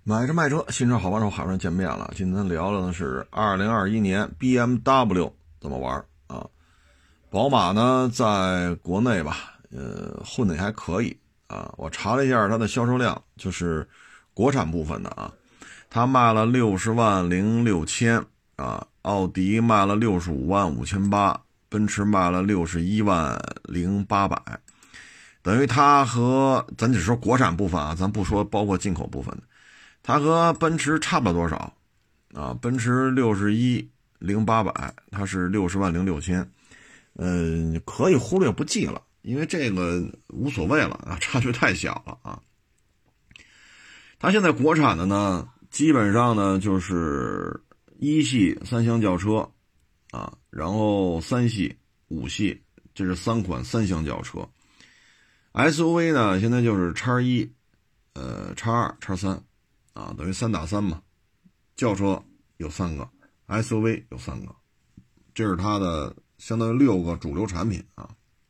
买车卖车，新车好玩手，海上见面了。今天聊的是2021年 BMW 怎么玩啊？宝马呢，在国内吧，混得也还可以啊。我查了一下它的销售量，就是国产部分的啊，它卖了60万零6000啊，奥迪卖了65万5800，奔驰卖了61万零800，等于它和咱只说国产部分啊，咱不说包括进口部分的。它和奔驰差不了多少啊，奔驰61零800，它是60万零6000，可以忽略不计了，因为这个无所谓了啊，差距太小了啊。它现在国产的呢，基本上呢就是一系三厢轿车啊，然后三系、五系，这是3款三厢轿车。SUV 呢，现在就是 X1、X2、X3。啊，等于3打3嘛，轿车有3个 ，SUV 有3个，这是它的相当于6个主流产品啊。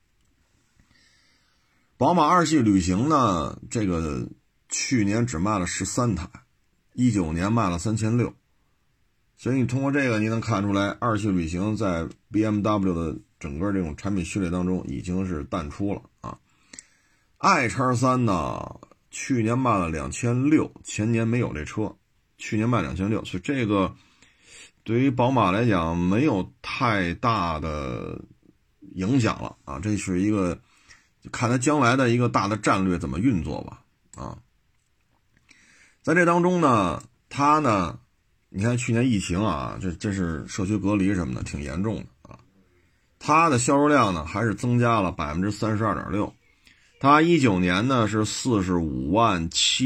宝马2系旅行呢，这个去年只卖了13台，19年卖了3600，所以你通过这个你能看出来，2系旅行在 BMW 的整个这种产品序列当中已经是淡出了啊。iX3呢？去年卖了2600，前年没有这车，去年卖2600，所以这个对于宝马来讲没有太大的影响了啊，这是一个看它将来的一个大的战略怎么运作吧啊。在这当中呢，它呢，你看去年疫情啊，这是社区隔离什么的挺严重的啊，它的销售量呢还是增加了 32.6%。它19年呢是45万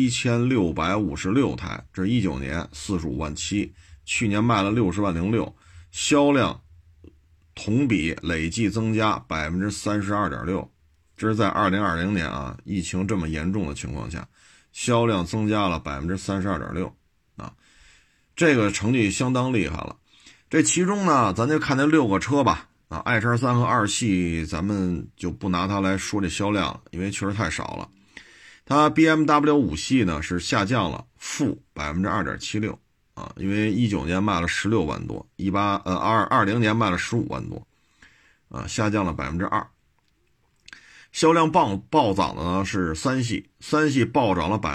7656台，这是19年45万7，去年卖了60万零6，销量同比累计增加 32.6%， 这是在2020年啊，疫情这么严重的情况下，销量增加了 32.6% 啊，这个成绩相当厉害了。这其中呢，咱就看这6个车吧。啊，iX3和2系咱们就不拿它来说这销量了，因为确实太少了。它 BMW 5系呢是下降了负 2.76% 啊，因为19年卖了16万多，20年卖了15万多啊，下降了 2%。销量暴涨的呢是3系暴涨了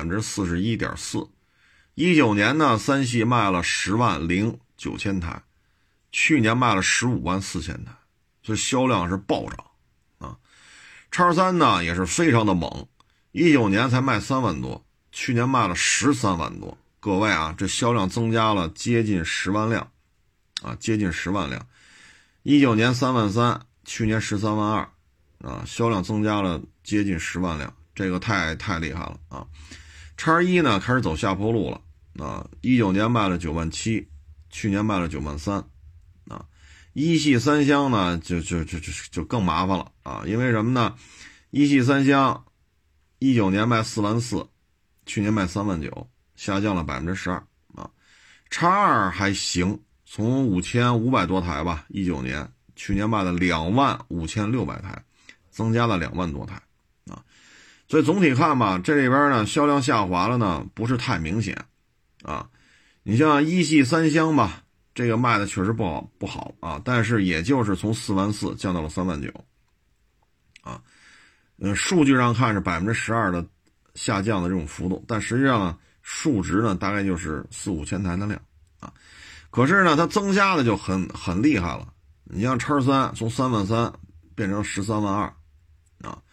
41.4%。19年呢3系卖了10万零9000台，去年卖了15万4000台。所以销量是暴涨啊。X3呢也是非常的猛，19年才卖3万多，去年卖了13万多。各位啊，这销量增加了接近10万辆啊，接近10万辆。19年3万3，去年13万2啊，销量增加了接近10万辆，这个太厉害了啊。X1呢开始走下坡路了啊，19年卖了9万7，去年卖了9万3。一系三厢呢就更麻烦了啊，因为什么呢？一系三厢19年卖4万4，去年卖3万9，下降了 12% 啊。X2还行，从5500多台吧，19年，去年卖了2万5600台，增加了2万多台啊。所以总体看吧，这里边呢销量下滑了呢，不是太明显啊。你像一系三厢吧，这个卖的确实不好啊，但是也就是从4万4降到了3万9啊，数据上看是 12% 的下降的这种幅度，但实际上呢数值呢大概就是4-5千台的量啊，可是呢它增加的就很厉害了。你像 X3 从3万3变成13万2啊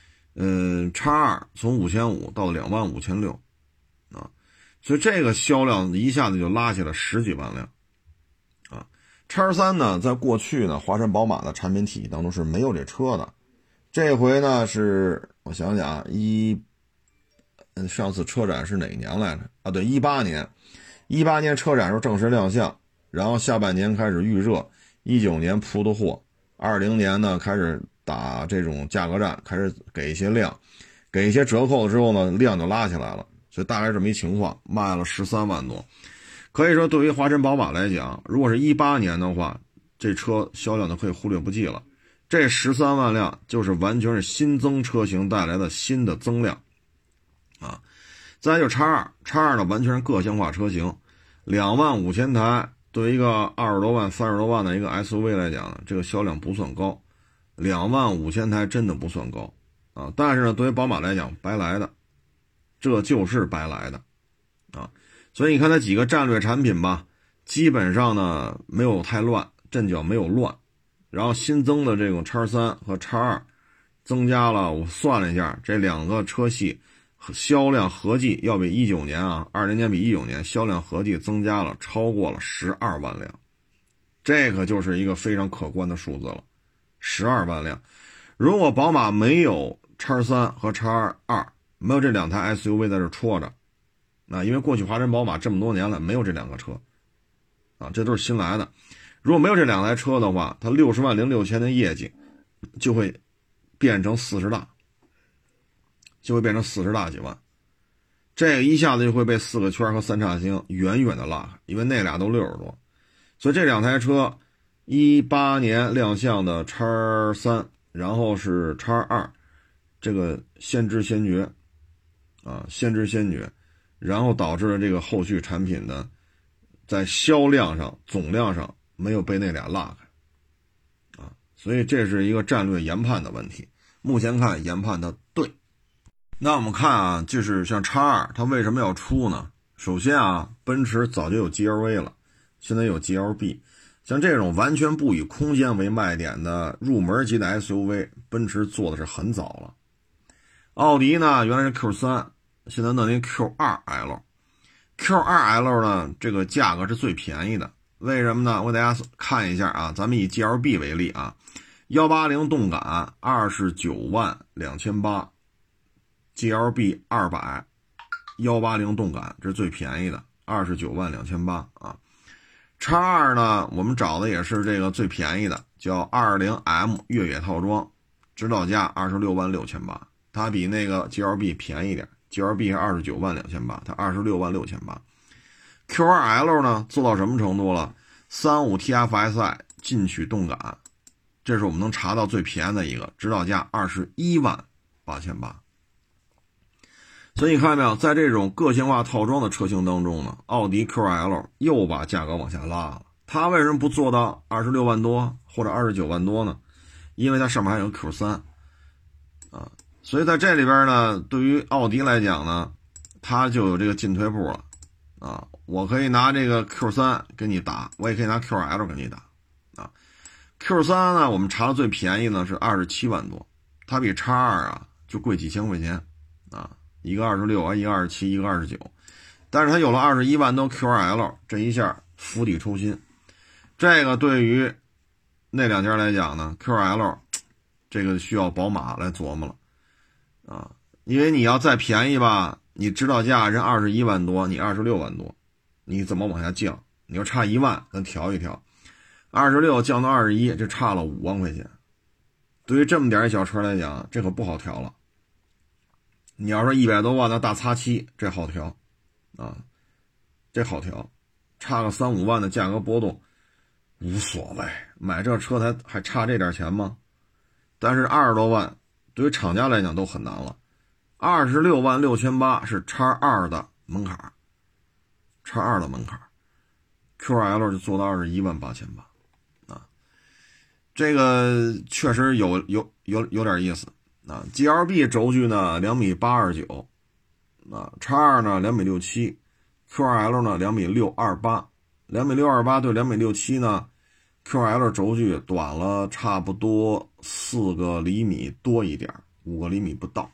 ，X2 从5500到2万5600啊，所以这个销量一下子就拉起了10几万辆。X3 呢，在过去呢，华晨宝马的产品体系当中是没有这车的。这回呢，是我想想啊，上次车展是哪年来着？啊，对，18年车展时候正式亮相，然后下半年开始预热，19年铺的货，20年呢开始打这种价格战，开始给一些量，给一些折扣之后呢，量就拉起来了，所以大概这么一情况，卖了13万多。可以说对于华晨宝马来讲，如果是18年的话，这车销量就可以忽略不计了。这13万辆就是完全是新增车型带来的新的增量啊。 再就X2呢完全是个性化车型，25000台对于一个20多万、30多万的一个 SUV 来讲呢，这个销量不算高，25000台真的不算高啊。但是呢，对于宝马来讲，白来的，这就是白来的啊。所以你看它几个战略产品吧，基本上呢没有太乱，阵脚没有乱。然后新增的这种 X3 和 X2 增加了，我算了一下，这两个车系销量合计要比19年啊，20年比19年销量合计增加了超过了12万辆，这个就是一个非常可观的数字了，12万辆。如果宝马没有 X3 和 X2， 没有这两台 SUV 在这戳着，因为过去华晨宝马这么多年了没有这两个车啊，这都是新来的。如果没有这两台车的话，它60万06千的业绩就会变成40大，就会变成40大几万，这个一下子就会被4个圈和3叉星远远的拉开，因为那俩都60多。所以这两台车18年亮相的 X3， 然后是 X2， 这个先知先觉啊，先知先觉，然后导致了这个后续产品呢在销量上总量上没有被那俩拉开啊，所以这是一个战略研判的问题。目前看研判的对。那我们看啊，就是像 X2 它为什么要出呢？首先啊，奔驰早就有 GLA 了，现在有 GLB， 像这种完全不以空间为卖点的入门级的 SUV， 奔驰做的是很早了。奥迪呢原来是 Q3， 现在弄一 Q2L。Q2L 呢这个价格是最便宜的，为什么呢？我给大家看一下啊，咱们以 GLB 为例啊，180动感29万2800， GLB 200 180动感，这是最便宜的29万2800啊。X2 呢我们找的也是这个最便宜的，叫 20M 越野套装，指导价26万6800，它比那个 GLB 便宜点，GLB 是29万2800，它26万6800。Q2L 呢做到什么程度了？35 TFSI 进取动感，这是我们能查到最便宜的一个，指导价21万8800。所以你看到没有，在这种个性化套装的车型当中呢，奥迪 Q2L 又把价格往下拉了。它为什么不做到26万多或者29万多呢？因为它上面还有 Q3 啊，所以在这里边呢，对于奥迪来讲呢，它就有这个进退步了啊。我可以拿这个 Q3 给你打，我也可以拿 Q2L 给你打啊。Q3 呢，我们查的最便宜呢是27万多，它比 X2 啊就贵几千块钱啊，一个26啊，一个27，一个29，但是它有了21万多 Q2L， 这一下釜底抽薪。这个对于那两家来讲呢 ，Q2L 这个需要宝马来琢磨了啊，因为你要再便宜吧，你指导价人21万多，你26万多，你怎么往下降？你要差1万，咱调一调，26降到21，这差了5万块钱。对于这么点小车来讲，这可不好调了。你要说100多万的大X7，这好调啊，这好调，差个3-5万的价格波动无所谓，买这车还差这点钱吗？但是20多万对于厂家来讲都很难了。26万6800是 X2 的门槛，X2 的门槛 ，Q2L 就做到21万8800啊，这个确实有点意思啊。GLB 轴距呢2.829米啊，X2 呢2.67米，Q2L 呢2.628米，2.628米对2.67米呢 ，Q2L 轴距短了差不多4个厘米多一点，5个厘米不到。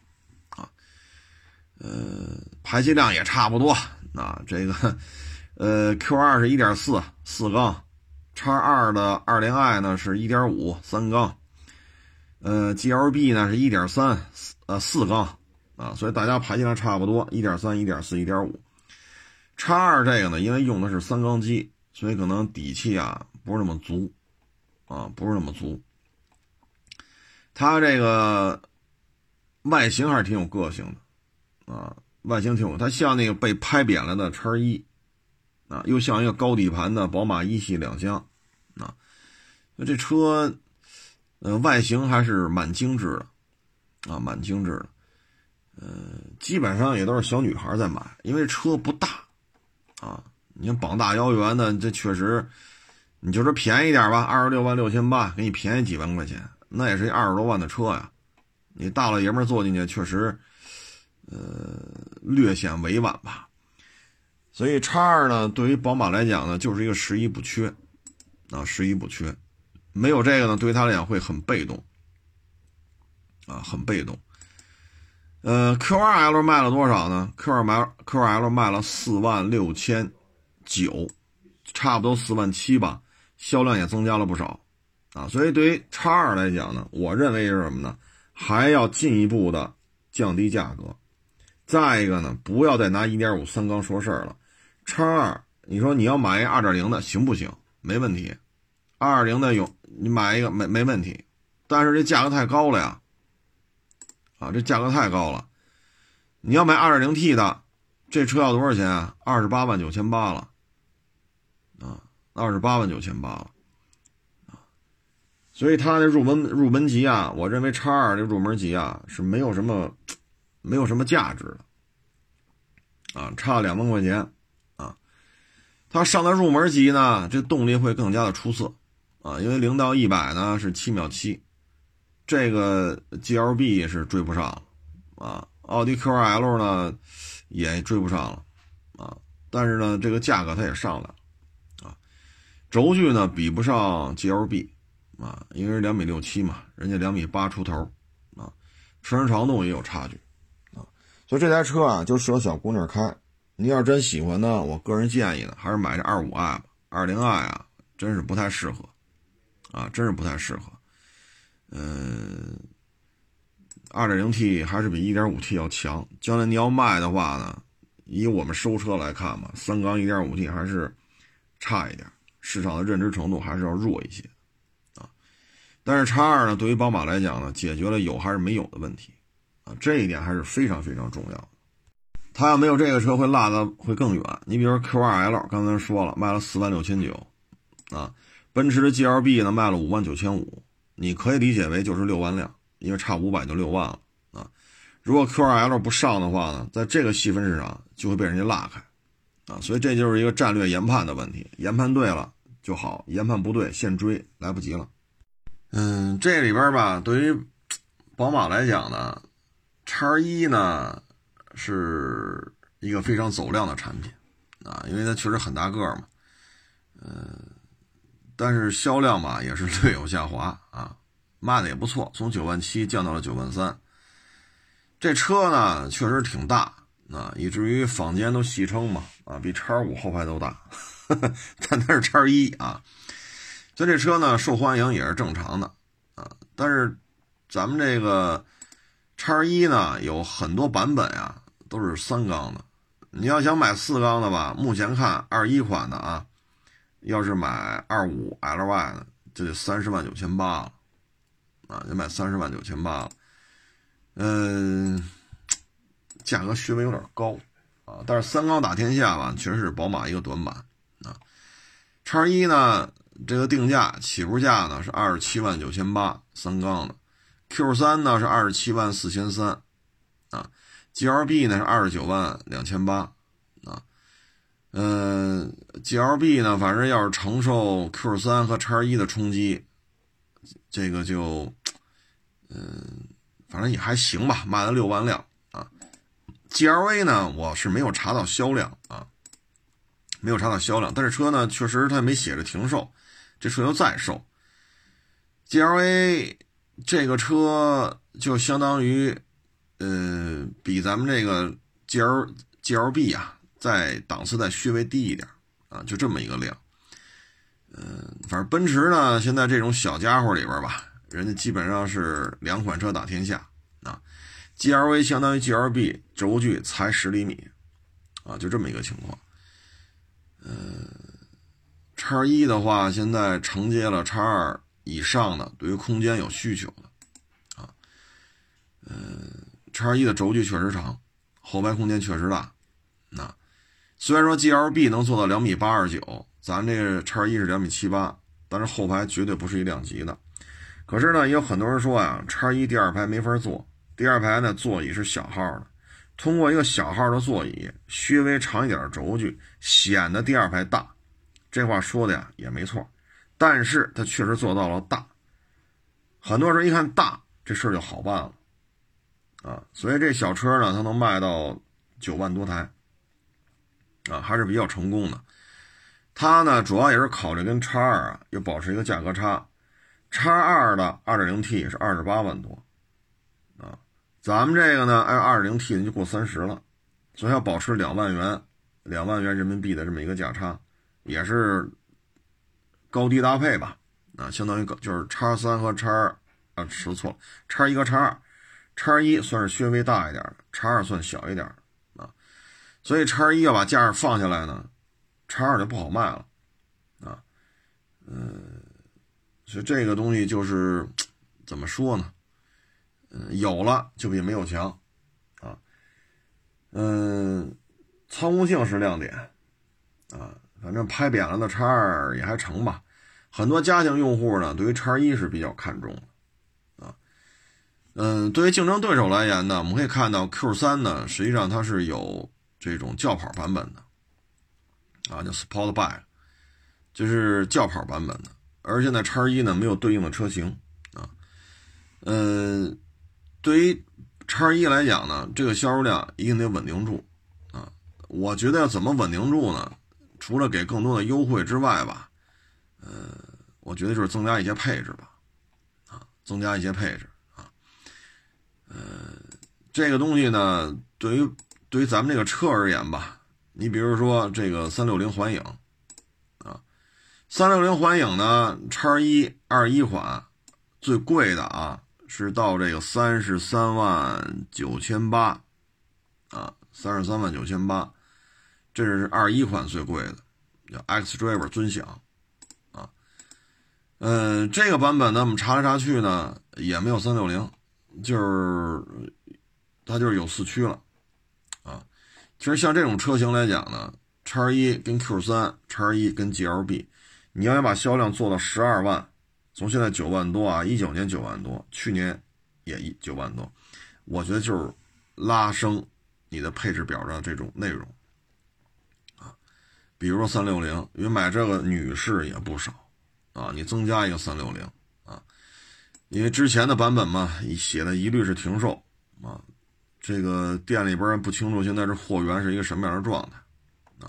排气量也差不多啊，这个Q2 是 1.4 4缸，X2 的 20i 呢是 1.5 3缸，GLB 呢是 1.3 4缸啊，所以大家排气量差不多 1.3 1.4 1.5。X2 这个呢因为用的是3缸机，所以可能底气啊不是那么足啊，不是那么足。它这个外形还是挺有个性的啊，外形挺有，它像那个被拍扁了的 X1 啊，又像一个高底盘的宝马一系两厢啊。那这车外形还是蛮精致的啊，蛮精致的。 基本上也都是小女孩在买，因为车不大啊。你看膀大腰圆的，这确实，你就说便宜点吧，26万6800，给你便宜几万块钱，那也是20多万的车呀。你大老爷们坐进去，确实，略显委婉吧。所以 X2 呢，对于宝马来讲呢，就是一个实一不缺啊，实一不缺。没有这个呢，对于他来讲会很被动啊，很被动。Q2L 卖了多少呢？ Q2L 卖了46900，差不多47000吧，销量也增加了不少啊。所以对于 X2 来讲呢，我认为是什么呢？还要进一步的降低价格。再一个呢，不要再拿 1.5 三缸说事儿了。X2 你说你要买一个 2.0 的行不行？没问题。2.0 的你买一个没问题，但是这价格太高了呀。啊，这价格太高了。你要买 2.0T 的，这车要多少钱啊？289800了。啊，289800了。啊，所以它的入门级啊，我认为 X2 这入门级啊是没有什么价值的。啊，差2万块钱啊。它上的入门级呢，这动力会更加的出色啊，因为0到100呢是7秒7。这个 GLB 是追不上了啊，奥迪 Q2L 呢也追不上了啊，但是呢这个价格它也上来了啊，轴距呢比不上 GLB 啊，因为是2.67米嘛，人家2.8米出头啊，车身长度也有差距啊，所以这台车啊就适合小姑娘开。你要真喜欢呢，我个人建议呢还是买这 25i 吧，20i 啊真是不太适合啊，真是不太适合。2.0T 还是比 1.5T 要强。将来你要卖的话呢，以我们收车来看嘛，三缸 1.5T 还是差一点，市场的认知程度还是要弱一些啊。但是 X2 呢，对于宝马来讲呢，解决了有还是没有的问题啊，这一点还是非常非常重要的。它要没有这个车会落得会更远。你比如说 Q2L 刚才说了，卖了46900啊，奔驰的 GLB 呢卖了59500。你可以理解为就是6万辆，因为差500就6万了啊。如果 Q2L 不上的话呢，在这个细分市场就会被人家落开啊，所以这就是一个战略研判的问题，研判对了就好，研判不对现追来不及了。这里边吧，对于宝马来讲呢，X1呢是一个非常走量的产品啊，因为它确实很大个嘛，但是销量嘛也是略有下滑啊，卖的也不错，从97000降到了93000。这车呢确实挺大啊，以至于坊间都戏称嘛啊，比 X5 后排都大，但它是 X1 啊，所以这车呢受欢迎也是正常的啊。但是咱们这个 X1 呢有很多版本啊都是3缸的，你要想买4缸的吧，目前看21款的啊，要是买25 LY 呢，就得309800了啊，得买309800了。价格稍微有点高啊，但是3缸打天下吧，确实是宝马一个短板啊。X1呢，这个定价起步价呢是279800，3缸的 Q3 呢是274300啊 ，GLB 呢是292800啊。GLB 呢，反正要是承受 Q3 和 X1 的冲击，这个就反正也还行吧，卖了6万辆啊。GLA 呢，我是没有查到销量啊，没有查到销量，但是车呢确实它没写着停售，这车又在售。GLA 这个车就相当于比咱们这个 GLB 啊在档次再稍微低一点啊，就这么一个量。反正奔驰呢现在这种小家伙里边吧，人家基本上是2款车打天下啊。GLA 相当于 GLB， 轴距才10厘米啊，就这么一个情况。X1 的话现在承接了 X2 以上的对于空间有需求的啊。X1 的轴距确实长，后排空间确实大。那虽然说 GLB 能做到2.829米，咱这个 X1 是2.78米，但是后排绝对不是一量级的。可是呢，也有很多人说啊，X1 第2排没法坐第二排呢座椅是小号的，通过一个小号的座椅，稍微长一点的轴距，显得第二排大。这话说的呀也没错，但是它确实做到了大。很多人一看大，这事儿就好办了啊。所以这小车呢，它能卖到9万多台啊，还是比较成功的。它呢主要也是考虑跟 X2 啊又保持一个价格差。X2 的 2.0T 是28万多啊，咱们这个呢按 2.0T 就过30了，所以要保持2万元人民币的这么一个价差，也是高低搭配吧啊，相当于就是 X3 和 X2 啊，说错了 ，X1 和 X2，X1 算是稍微大一点的， X2 算小一点啊，所以 X1 要把价放下来呢，X2 就不好卖了啊，所以这个东西就是怎么说呢？有了就比没有强啊。操控性是亮点啊，反正拍扁了的 X2 也还成吧。很多家庭用户呢，对于 X1 是比较看重的啊。对于竞争对手来言呢，我们可以看到 Q3 呢，实际上它是有这种轿跑版本的啊，叫 Sportback， 就是轿跑版本的。而现在 X1 呢没有对应的车型啊，对于 X1 来讲呢，这个销售量一定得稳定住啊。我觉得要怎么稳定住呢？除了给更多的优惠之外吧，我觉得就是增加一些配置吧，啊，增加一些配置啊，这个东西呢，对于咱们这个车而言吧，你比如说这个360环影。360环影呢 ，X1 21款最贵的啊，是到这个33万9800啊，33万9800，这是21款最贵的，叫 X-Driver 尊享啊。这个版本呢，我们查来查去呢，也没有360，就是它就是有4驱了啊。其实像这种车型来讲呢 ，X1 跟 Q3，X1 跟 GLB。你要想把销量做到12万，从现在9万多啊，19年9万多，去年也9万多，我觉得就是拉升你的配置表上的这种内容啊，比如说360，因为买这个女士也不少啊，你增加一个360啊，因为之前的版本嘛，写的一律是停售啊，这个店里边不清楚现在这货源是一个什么样的状态啊，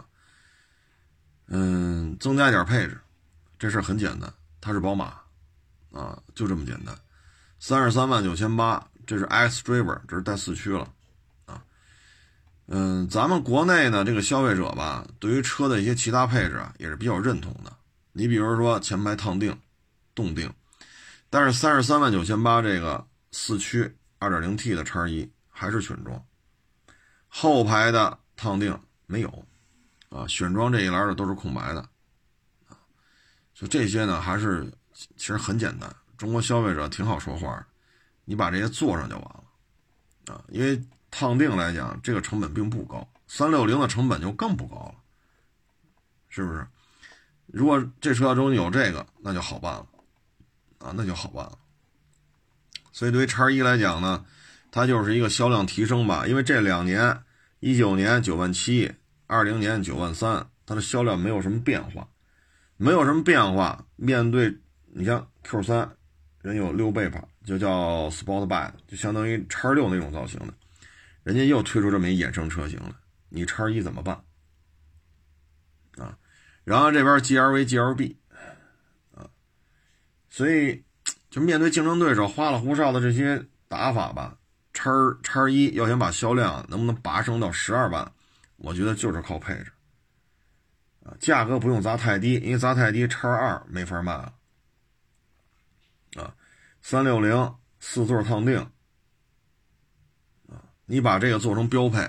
增加一点配置。这事很简单，它是宝马啊，就这么简单。33万9800，这是 X-Driver， 这是带4驱了啊。咱们国内呢，这个消费者吧，对于车的一些其他配置啊，也是比较认同的。你比如说前排烫定、动定，但是33万9800这个4驱 2.0T 的 X1 还是选装，后排的烫定没有啊，选装这一栏的都是空白的。就这些呢，还是其实很简单，中国消费者挺好说话的，你把这些做上就完了啊。因为烫定来讲，这个成本并不高，360的成本就更不高了，是不是？如果这车中有这个，那就好办了啊，那就好办了。所以对于 X1 来讲呢，它就是一个销量提升吧，因为这2年，19年9万7，20年9万3，它的销量没有什么变化。没有什么变化，面对你像 Q3 人有6倍吧，就叫 Sportback， 就相当于 X6 那种造型的，人家又推出这么一衍生车型了，你 X1 怎么办啊？然后这边 GLV、GLB 啊，所以就面对竞争对手花里胡哨的这些打法吧，X1 要想把销量能不能拔升到12万，我觉得就是靠配置。价格不用砸太低，因为砸太低 X2 没法卖了啊。360 4座烫定啊，你把这个做成标配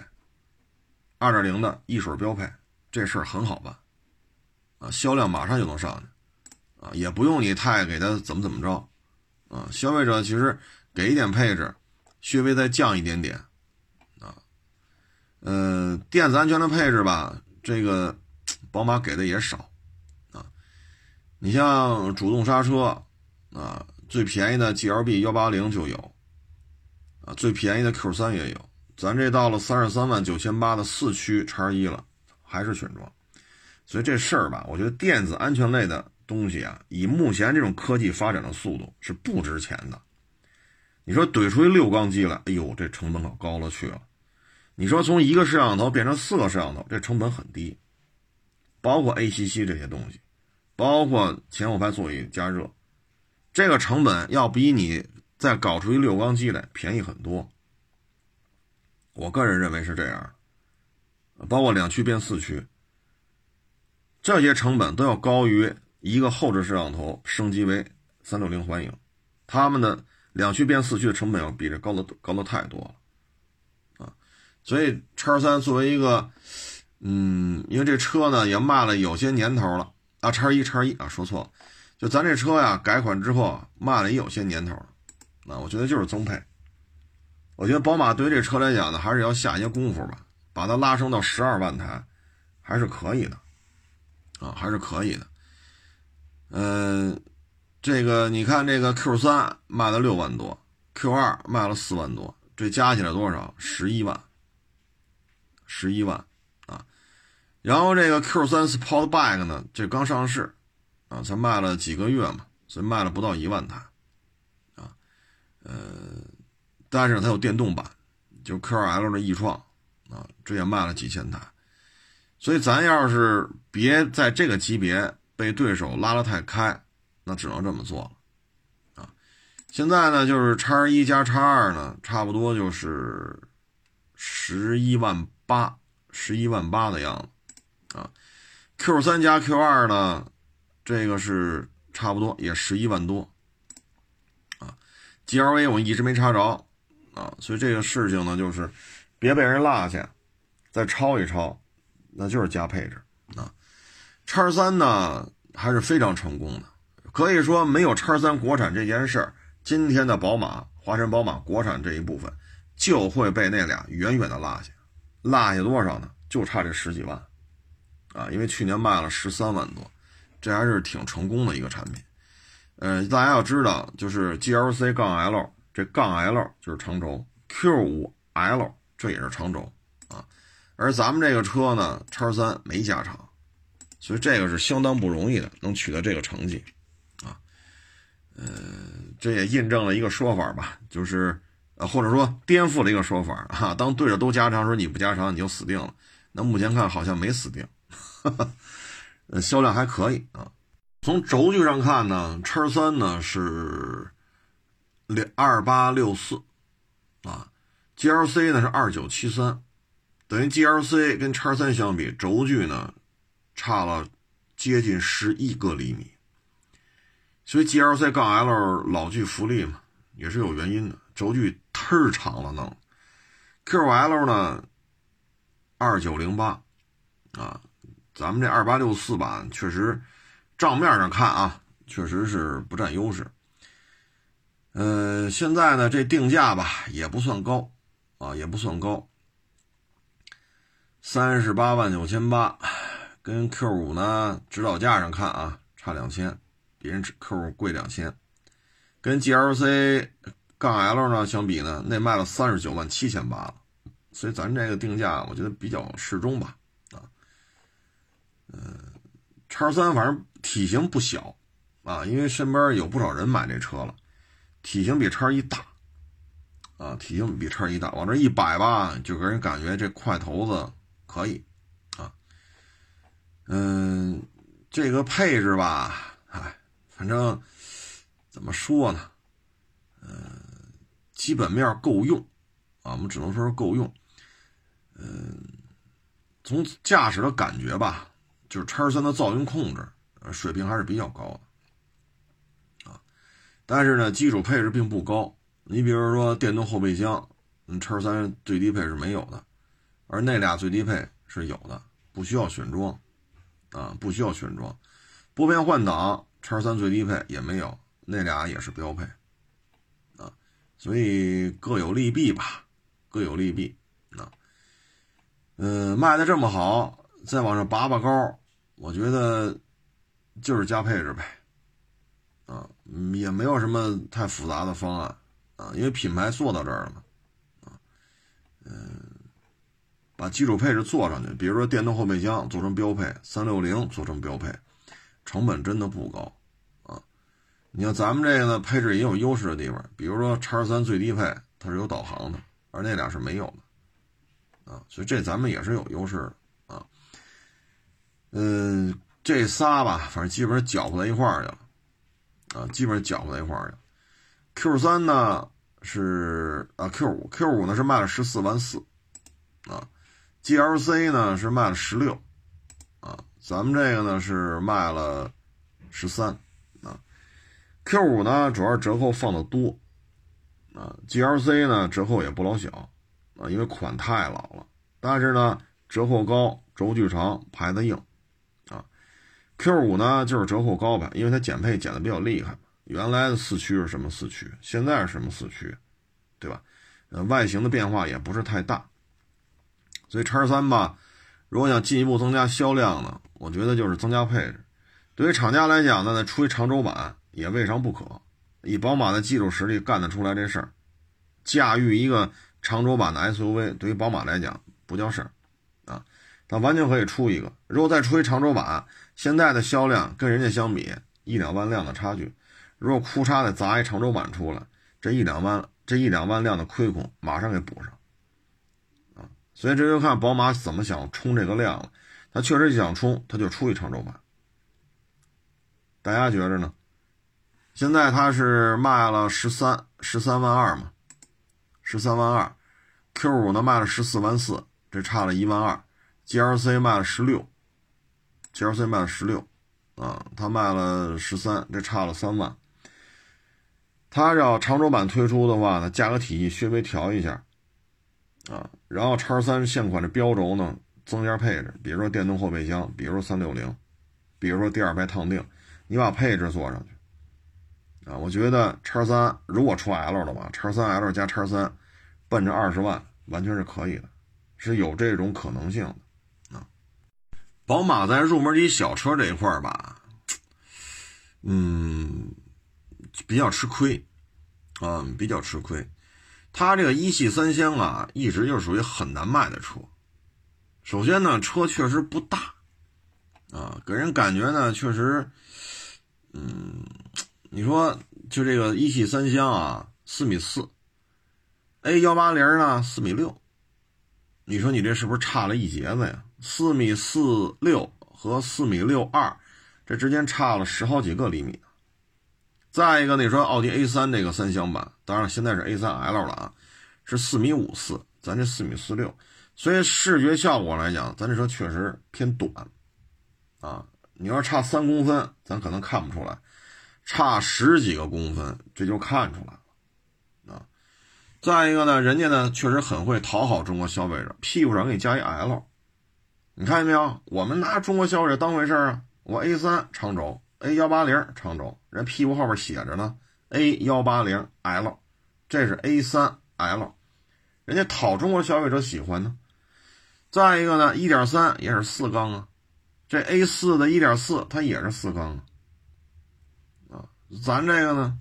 2.0 的一水标配，这事儿很好办啊，销量马上就能上去啊，也不用你太给他怎么着啊，消费者其实给一点配置，稍微再降一点点啊。电子安全的配置吧，这个宝马给的也少啊，你像主动刹车啊，最便宜的 GLB 180就有最便宜的 Q3 也有，咱这到了33.98万的4驱叉1了，还是选装。所以这事儿吧，我觉得电子安全类的东西啊，以目前这种科技发展的速度是不值钱的。你说怼出一6缸机来，哎呦，这成本可高了去了。你说从1个摄像头变成4个摄像头，这成本很低，包括 ACC 这些东西，包括前后排座椅加热，这个成本要比你再搞出一6缸机来便宜很多。我个人认为是这样，包括2驱变4驱，这些成本都要高于一个后置摄像头升级为360环影，他们的2驱变4驱的成本要比这高的太多了啊。所以 X3 作为一个因为这车呢也卖了有些年头了啊，X1 啊，说错了，就咱这车呀改款之后卖了也有些年头了啊，我觉得就是增配。我觉得宝马对于这车来讲呢，还是要下一些功夫吧，把它拉升到12万台，还是可以的啊，还是可以的。这个你看这个 Q3 卖了6万多， Q2 卖了4万多，这加起来多少？11万啊。然后这个 Q3 Sportback 呢，这刚上市啊，才卖了几个月嘛，所以卖了不到1万台啊。但是它有电动版，就 Q2L 的翼创啊，这也卖了几千台。所以咱要是别在这个级别被对手拉得太开，那只能这么做了啊。现在呢，就是 X1 加 X2 呢，差不多就是11万8的样子啊。Q3 加 Q2 呢，这个是差不多也11万多啊。GLA 我一直没查着啊，所以这个事情呢，就是别被人落下，再抄一抄，那就是加配置啊。X3 呢还是非常成功的，可以说没有 X3 国产这件事儿，今天的宝马华晨宝马国产这一部分就会被那俩远远的落下，落下多少呢？就差这10几万啊，因为去年卖了13万多，这还是挺成功的一个产品。大家要知道，就是 GLC-L 这杠 L 就是长轴， Q5L 这也是长轴啊，而咱们这个车呢 X3 没加长，所以这个是相当不容易的，能取得这个成绩啊。这也印证了一个说法吧，就是或者说颠覆了一个说法啊，当对着都加长时候你不加长你就死定了。那目前看好像没死定，销量还可以啊。从轴距上看呢 ，X3 呢是2864啊 ，GLC 呢是2973，等于 GLC 跟 X3 相比，轴距呢差了接近11个厘米。所以 GLC-L 老骥伏枥嘛，也是有原因的，轴距忒长了弄。Q5L 呢2908啊，咱们这2864版确实账面上看啊，确实是不占优势。现在呢这定价吧也不算高啊，也不算高，389800，跟 Q5 呢指导价上看啊差2000，比人 Q5 贵2000，跟 GLC-L 呢相比呢，那卖了397800了，所以咱这个定价我觉得比较适中吧啊。X3 反正体型不小啊，因为身边有不少人买这车了，体型比 X1 大啊，体型比 X1 大，往这一摆吧，就给人感觉这块头子可以啊。这个配置吧，反正怎么说呢，基本面够用啊，我们只能说是够用。从驾驶的感觉吧，就是 X3 的噪音控制水平还是比较高的啊，但是呢基础配置并不高。你比如说电动后备箱，X3 最低配是没有的，而那俩最低配是有的，不需要选装啊，不需要选装。拨片换挡 X3 最低配也没有，那俩也是标配啊，所以各有利弊吧，各有利弊啊。卖的这么好，再往上拔高，我觉得就是加配置呗啊，也没有什么太复杂的方案啊，因为品牌做到这儿了嘛把基础配置做上去，比如说电动后备箱做成标配，360做成标配，成本真的不高啊。你看咱们这个呢，配置也有优势的地方，比如说 X3 最低配它是有导航的，而那俩是没有的啊，所以这咱们也是有优势的啊。这仨吧，反正基本上搅和在一块儿去了啊，基本上搅和在一块儿去了。Q3 呢是啊 Q5 呢是卖了14万4啊。GLC 呢是卖了16啊，咱们这个呢是卖了13啊。Q5 呢主要是折扣放的多啊 ，GLC 呢折扣也不老小啊，因为款太老了，但是呢折扣高，轴距长，牌子硬啊。Q5 呢就是折扣高呗，因为它减配减的比较厉害，原来的4驱是什么4驱，现在是什么4驱，对吧？外形的变化也不是太大。所以 X3 吧，如果想进一步增加销量呢，我觉得就是增加配置。对于厂家来讲呢，出一长轴版也未尝不可。以宝马的技术实力干得出来这事儿，驾驭一个长轴版的 SUV， 对于宝马来讲不叫事儿啊，它完全可以出一个。如果再出一长轴版，现在的销量跟人家相比1-2万辆的差距，如果库嚓再砸一长轴版出来，这1-2万辆的亏空马上给补上。所以这就看宝马怎么想冲这个量了，他确实想冲，他就出一长轴版。大家觉着呢？现在他是卖了13万2嘛，13万2 ，Q5 呢卖了14万4，这差了1万2 ，GLC 卖了16，GLC 卖了16啊，他卖了13，这差了3万。他要长轴版推出的话呢，价格体系稍微调一下。啊，然后 X3 现款的标轴呢增加配置，比如说电动后备箱，比如说360，比如说第2排烫定，你把配置做上去啊，我觉得 X3 如果出 L 的话， X3L 加 X3 奔着20万完全是可以的，是有这种可能性的啊。宝马在入门级小车这一块吧，比较吃亏啊，比较吃亏。它这个一系3厢啊，一直就属于很难卖的车。首先呢，车确实不大啊，给人感觉呢确实，你说就这个一系3厢啊，4.4米，A180呢4.6米，你说你这是不是差了一截子呀？4.46米和4.62米，这之间差了10好几个厘米。再一个，你说奥迪 A3 这个3厢版，当然现在是 A3L 了啊，是4.54米，咱这4.46米，所以视觉效果来讲，咱这车确实偏短啊。你要差3公分，咱可能看不出来，差10几个公分，这就看出来了啊。再一个呢，人家呢确实很会讨好中国消费者，屁股上给你加一 L， 你看见没有？我们拿中国消费者当回事啊，我 A3 长轴。A180 长轴，人屁股后边写着呢 A180L， 这是 A3L， 人家讨中国消费者喜欢呢。再一个呢 1.3 也是4缸啊，这 A4 的 1.4 它也是4缸啊，咱这个呢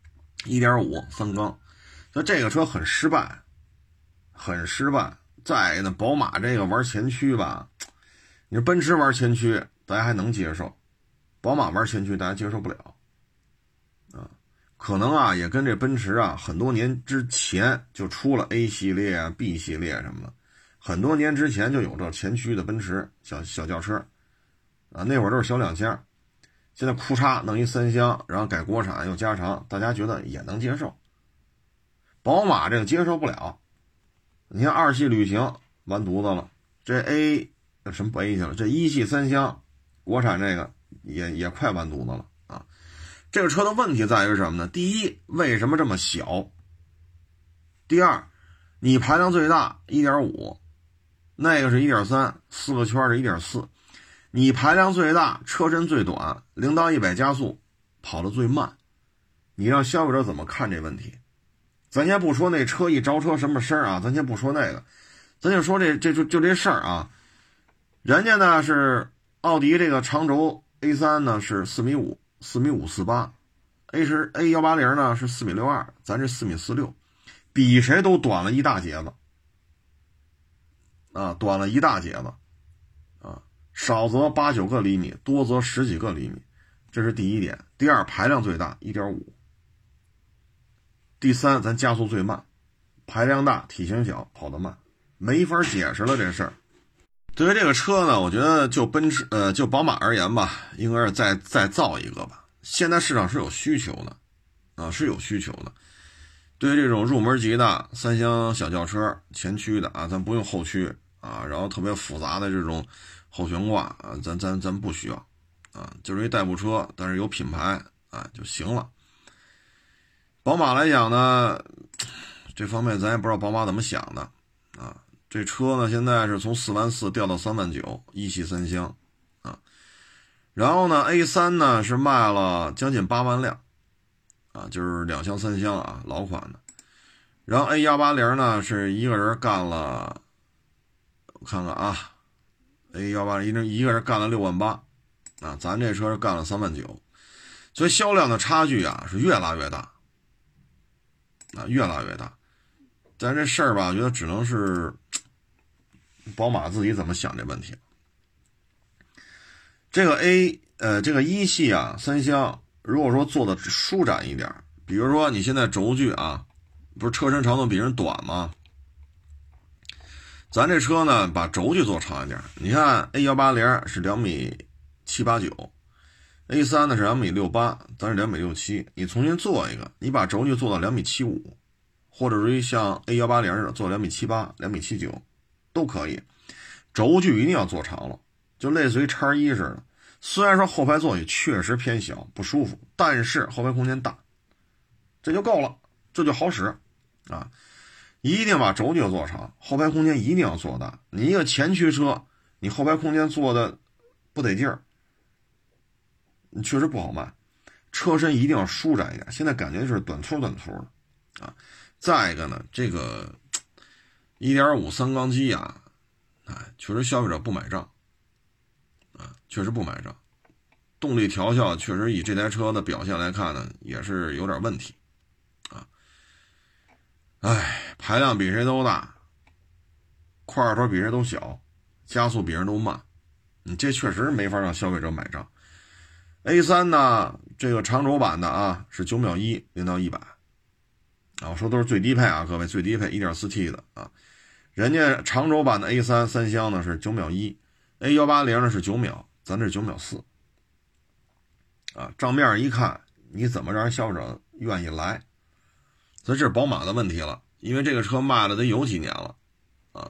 1.5 3缸，所以这个车很失败，很失败。再一个呢，宝马这个玩前驱吧，你说奔驰玩前驱大家还能接受，宝马玩前驱大家接受不了啊，可能啊也跟这奔驰啊很多年之前就出了 A 系列啊 B 系列什么的，很多年之前就有这前驱的奔驰小轿车啊，那会儿都是小2厢，现在库嚓弄一3厢，然后改国产又加长，大家觉得也能接受。宝马这个接受不了，你看2系旅行完犊子了，这 A 什么不 A 去了，这1系3厢国产这个也快完犊子了啊！这个车的问题在于什么呢？第一，为什么这么小？第二，你排量最大 1.5， 那个是 1.3， 4个圈是 1.4， 你排量最大，车身最短，0到100加速跑得最慢，你让消费者怎么看这问题？咱先不说那车一着车什么声啊，咱先不说那个，咱就说这事儿啊，人家呢是奥迪这个长轴 A3 呢是4.5米，4.548米，A180 呢是4.62米，咱这4.46米，比谁都短了一大截子啊，短了一大截子啊，少则8、9个厘米，多则10几个厘米，这是第一点。第二，排量最大 1.5。第三，咱加速最慢，排量大，体型小，跑得慢，没法解释了这事儿。对于这个车呢，我觉得就就宝马而言吧，应该是再造一个吧。现在市场是有需求的啊，是有需求的。对于这种入门级的3厢小轿车，前驱的啊，咱不用后驱啊，然后特别复杂的这种后悬挂啊，咱不需要啊，就是一代步车，但是有品牌啊就行了。宝马来讲呢，这方面咱也不知道宝马怎么想的啊。这车呢现在是从4.4万掉到3.9万，一系3厢啊。然后呢 A3 呢是卖了将近8万辆啊，就是2厢3厢啊，老款的。然后 A180 呢是一个人干了，我看看啊 ，A180 一个人干了6.8万啊，咱这车是干了3.9万，所以销量的差距啊是越拉越大啊，越拉越大。但这事儿吧，我觉得只能是宝马自己怎么想这问题。这个这个一系啊3厢，如果说做的舒展一点，比如说你现在轴距啊，不是车身长度比人短吗？咱这车呢把轴距做长一点，你看 A180 是2.789米，A3 呢是2.68米，咱是2.67米，你重新做一个，你把轴距做到2.75米，或者是像 A180 似的做2.78米、2.79米都可以，轴距一定要做长了，就类似于X1似的。虽然说后排座椅确实偏小不舒服，但是后排空间大，这就够了，这就好使啊！一定把轴距做长，后排空间一定要做大。你一个前驱车，你后排空间做的不得劲儿，你确实不好卖。车身一定要舒展一点，现在感觉是短粗的啊。再一个呢，这个 1.5 3缸机啊，确实消费者不买账啊，确实不买账。动力调校确实以这台车的表现来看呢，也是有点问题啊。排量比谁都大，块头比谁都小，加速比人都慢，你这确实没法让消费者买账。A3 呢，这个长轴版的啊是9.1秒0到100啊，我说都是最低配啊，各位最低配 1.4T 的啊，人家长轴版的 A3 3厢呢是9.1秒，A180 呢是9秒，咱这是9.4秒啊，账面一看，你怎么让人消费者愿意来？所以这是宝马的问题了，因为这个车卖了得有几年了啊，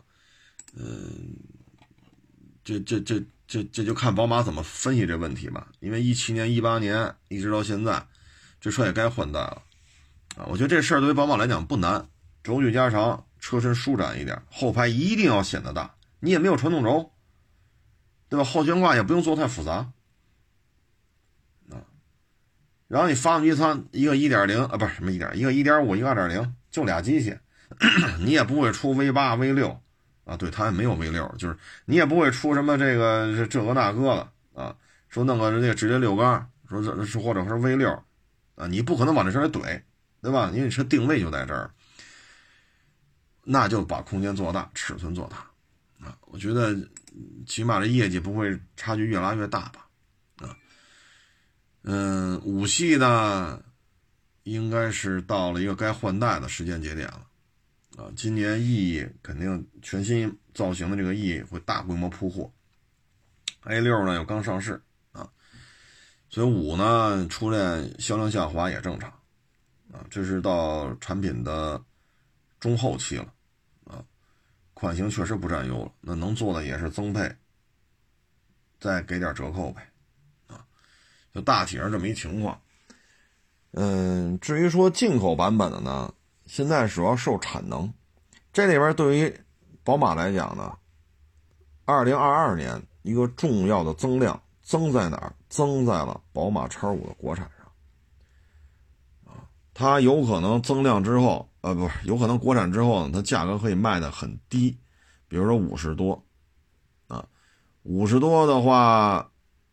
这就看宝马怎么分析这问题吧。因为17年、18年一直到现在，这车也该换代了啊。我觉得这事儿对于宝马来讲不难，轴距加长，车身舒展一点，后排一定要显得大。你也没有传动轴，对吧？后悬挂也不用做太复杂啊。然后你发动机舱一个 1.0 啊，不是什么1.1，一个 1.5， 一个 2.0， 就俩机械，你也不会出 V8 V6啊，对，它也没有 V6， 就是你也不会出什么这个那个了啊，说弄个这个直接6缸，说这是或者是 V6啊，你不可能往这车里怼，对吧？因为你车定位就在这儿，那就把空间做大，尺寸做大啊，我觉得起码这业绩不会差距越拉越大吧。5系呢，应该是到了一个该换代的时间节点了啊。今年 E 肯定全新造型的这个 E 会大规模铺货 ，A6 呢又刚上市啊，所以5呢出现销量下滑也正常啊，这是到产品的中后期了啊，款型确实不占优了，那能做的也是增配，再给点折扣呗。就大体上这么一情况。至于说进口版本的呢，现在主要受产能。这里边对于宝马来讲呢，2022年一个重要的增量增在哪儿？增在了宝马 X5 的国产上。它有可能增量之后，不是，有可能国产之后呢，它价格可以卖得很低，比如说50多啊，50多的话，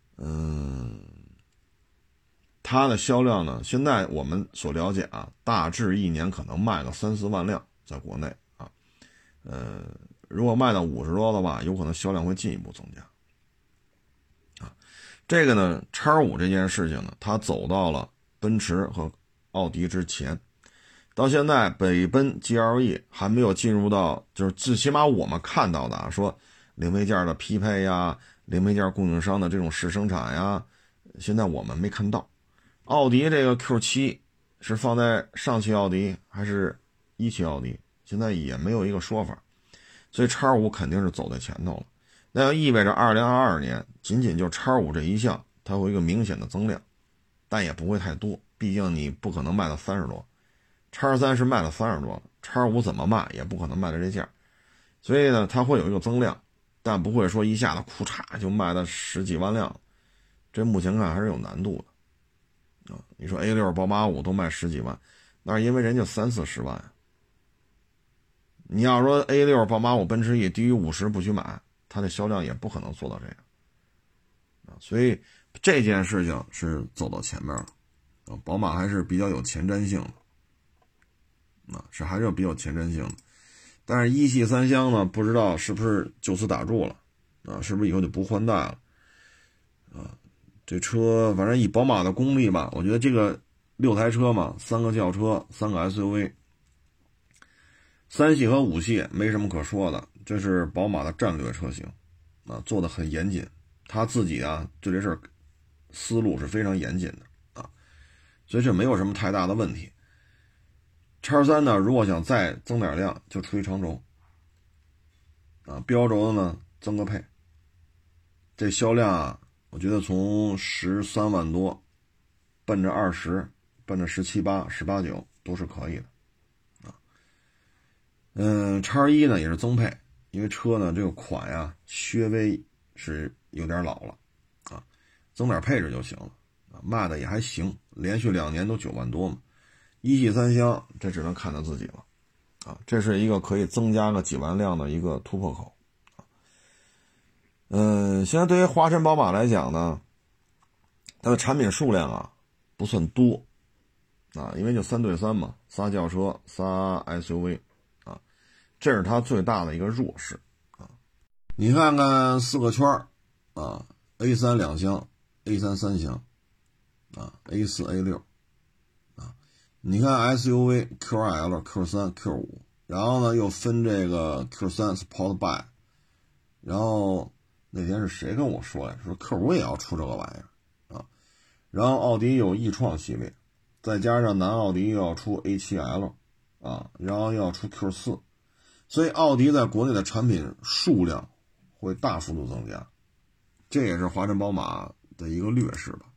它的销量呢，现在我们所了解啊，大致一年可能卖个3、4万辆在国内啊， 如果卖到50多的话，有可能销量会进一步增加。这个呢，X5这件事情呢，它走到了奔驰和奥迪之前，到现在北奔 GLE 还没有进入到，就是最起码我们看到的说零配件的匹配呀，零配件供应商的这种试生产呀，现在我们没看到。奥迪这个 Q7 是放在上汽奥迪还是一汽奥迪，现在也没有一个说法，所以 X5 肯定是走在前头了。那要意味着2022年仅仅就 X5 这一项它会有一个明显的增量，但也不会太多，毕竟你不可能卖到30多，X3是卖了30多了，X5 怎么卖也不可能卖到这价，所以呢它会有一个增量，但不会说一下子库嚓就卖到10几万辆，这目前看还是有难度的你说 A6 宝马5都卖10几万，那是因为人家30-40万你要说 A6 宝马5奔驰 E 低于50不许买，它的销量也不可能做到这样所以这件事情是走到前面了宝马还是比较有前瞻性的还是比较前瞻性的。但是一系3厢呢，不知道是不是就此打住了是不是以后就不换代了这车反正以宝马的功力吧，我觉得这个6台车嘛，3个轿车3个 SUV， 3系和5系没什么可说的，这是宝马的战略车型做得很严谨，他自己对这事思路是非常严谨的所以这没有什么太大的问题。X3呢，如果想再增点量，就出一长轴标轴的呢增个配，这销量我觉得从13万多奔着20，奔着17、8、18、9都是可以的X1 呢也是增配，因为车呢这个款稍微是有点老了增点配置就行了卖的也还行，连续2年都9万多嘛。一系3厢这只能看到自己了这是一个可以增加个几万辆的一个突破口现在对于华晨宝马来讲呢，它的产品数量不算多因为就3对3嘛，3轿车3 SUV这是它最大的一个弱势你看看4个圈A3 2厢 A3 3厢A4 A6你看 SUV QL Q3 Q5， 然后呢又分这个 Q3 Sportback， 然后那天是谁跟我说说 Q5 也要出这个玩意儿然后奥迪有 e-tron 系列，再加上南奥迪又要出 A7L 然后又要出 Q4， 所以奥迪在国内的产品数量会大幅度增加，这也是华晨宝马的一个劣势吧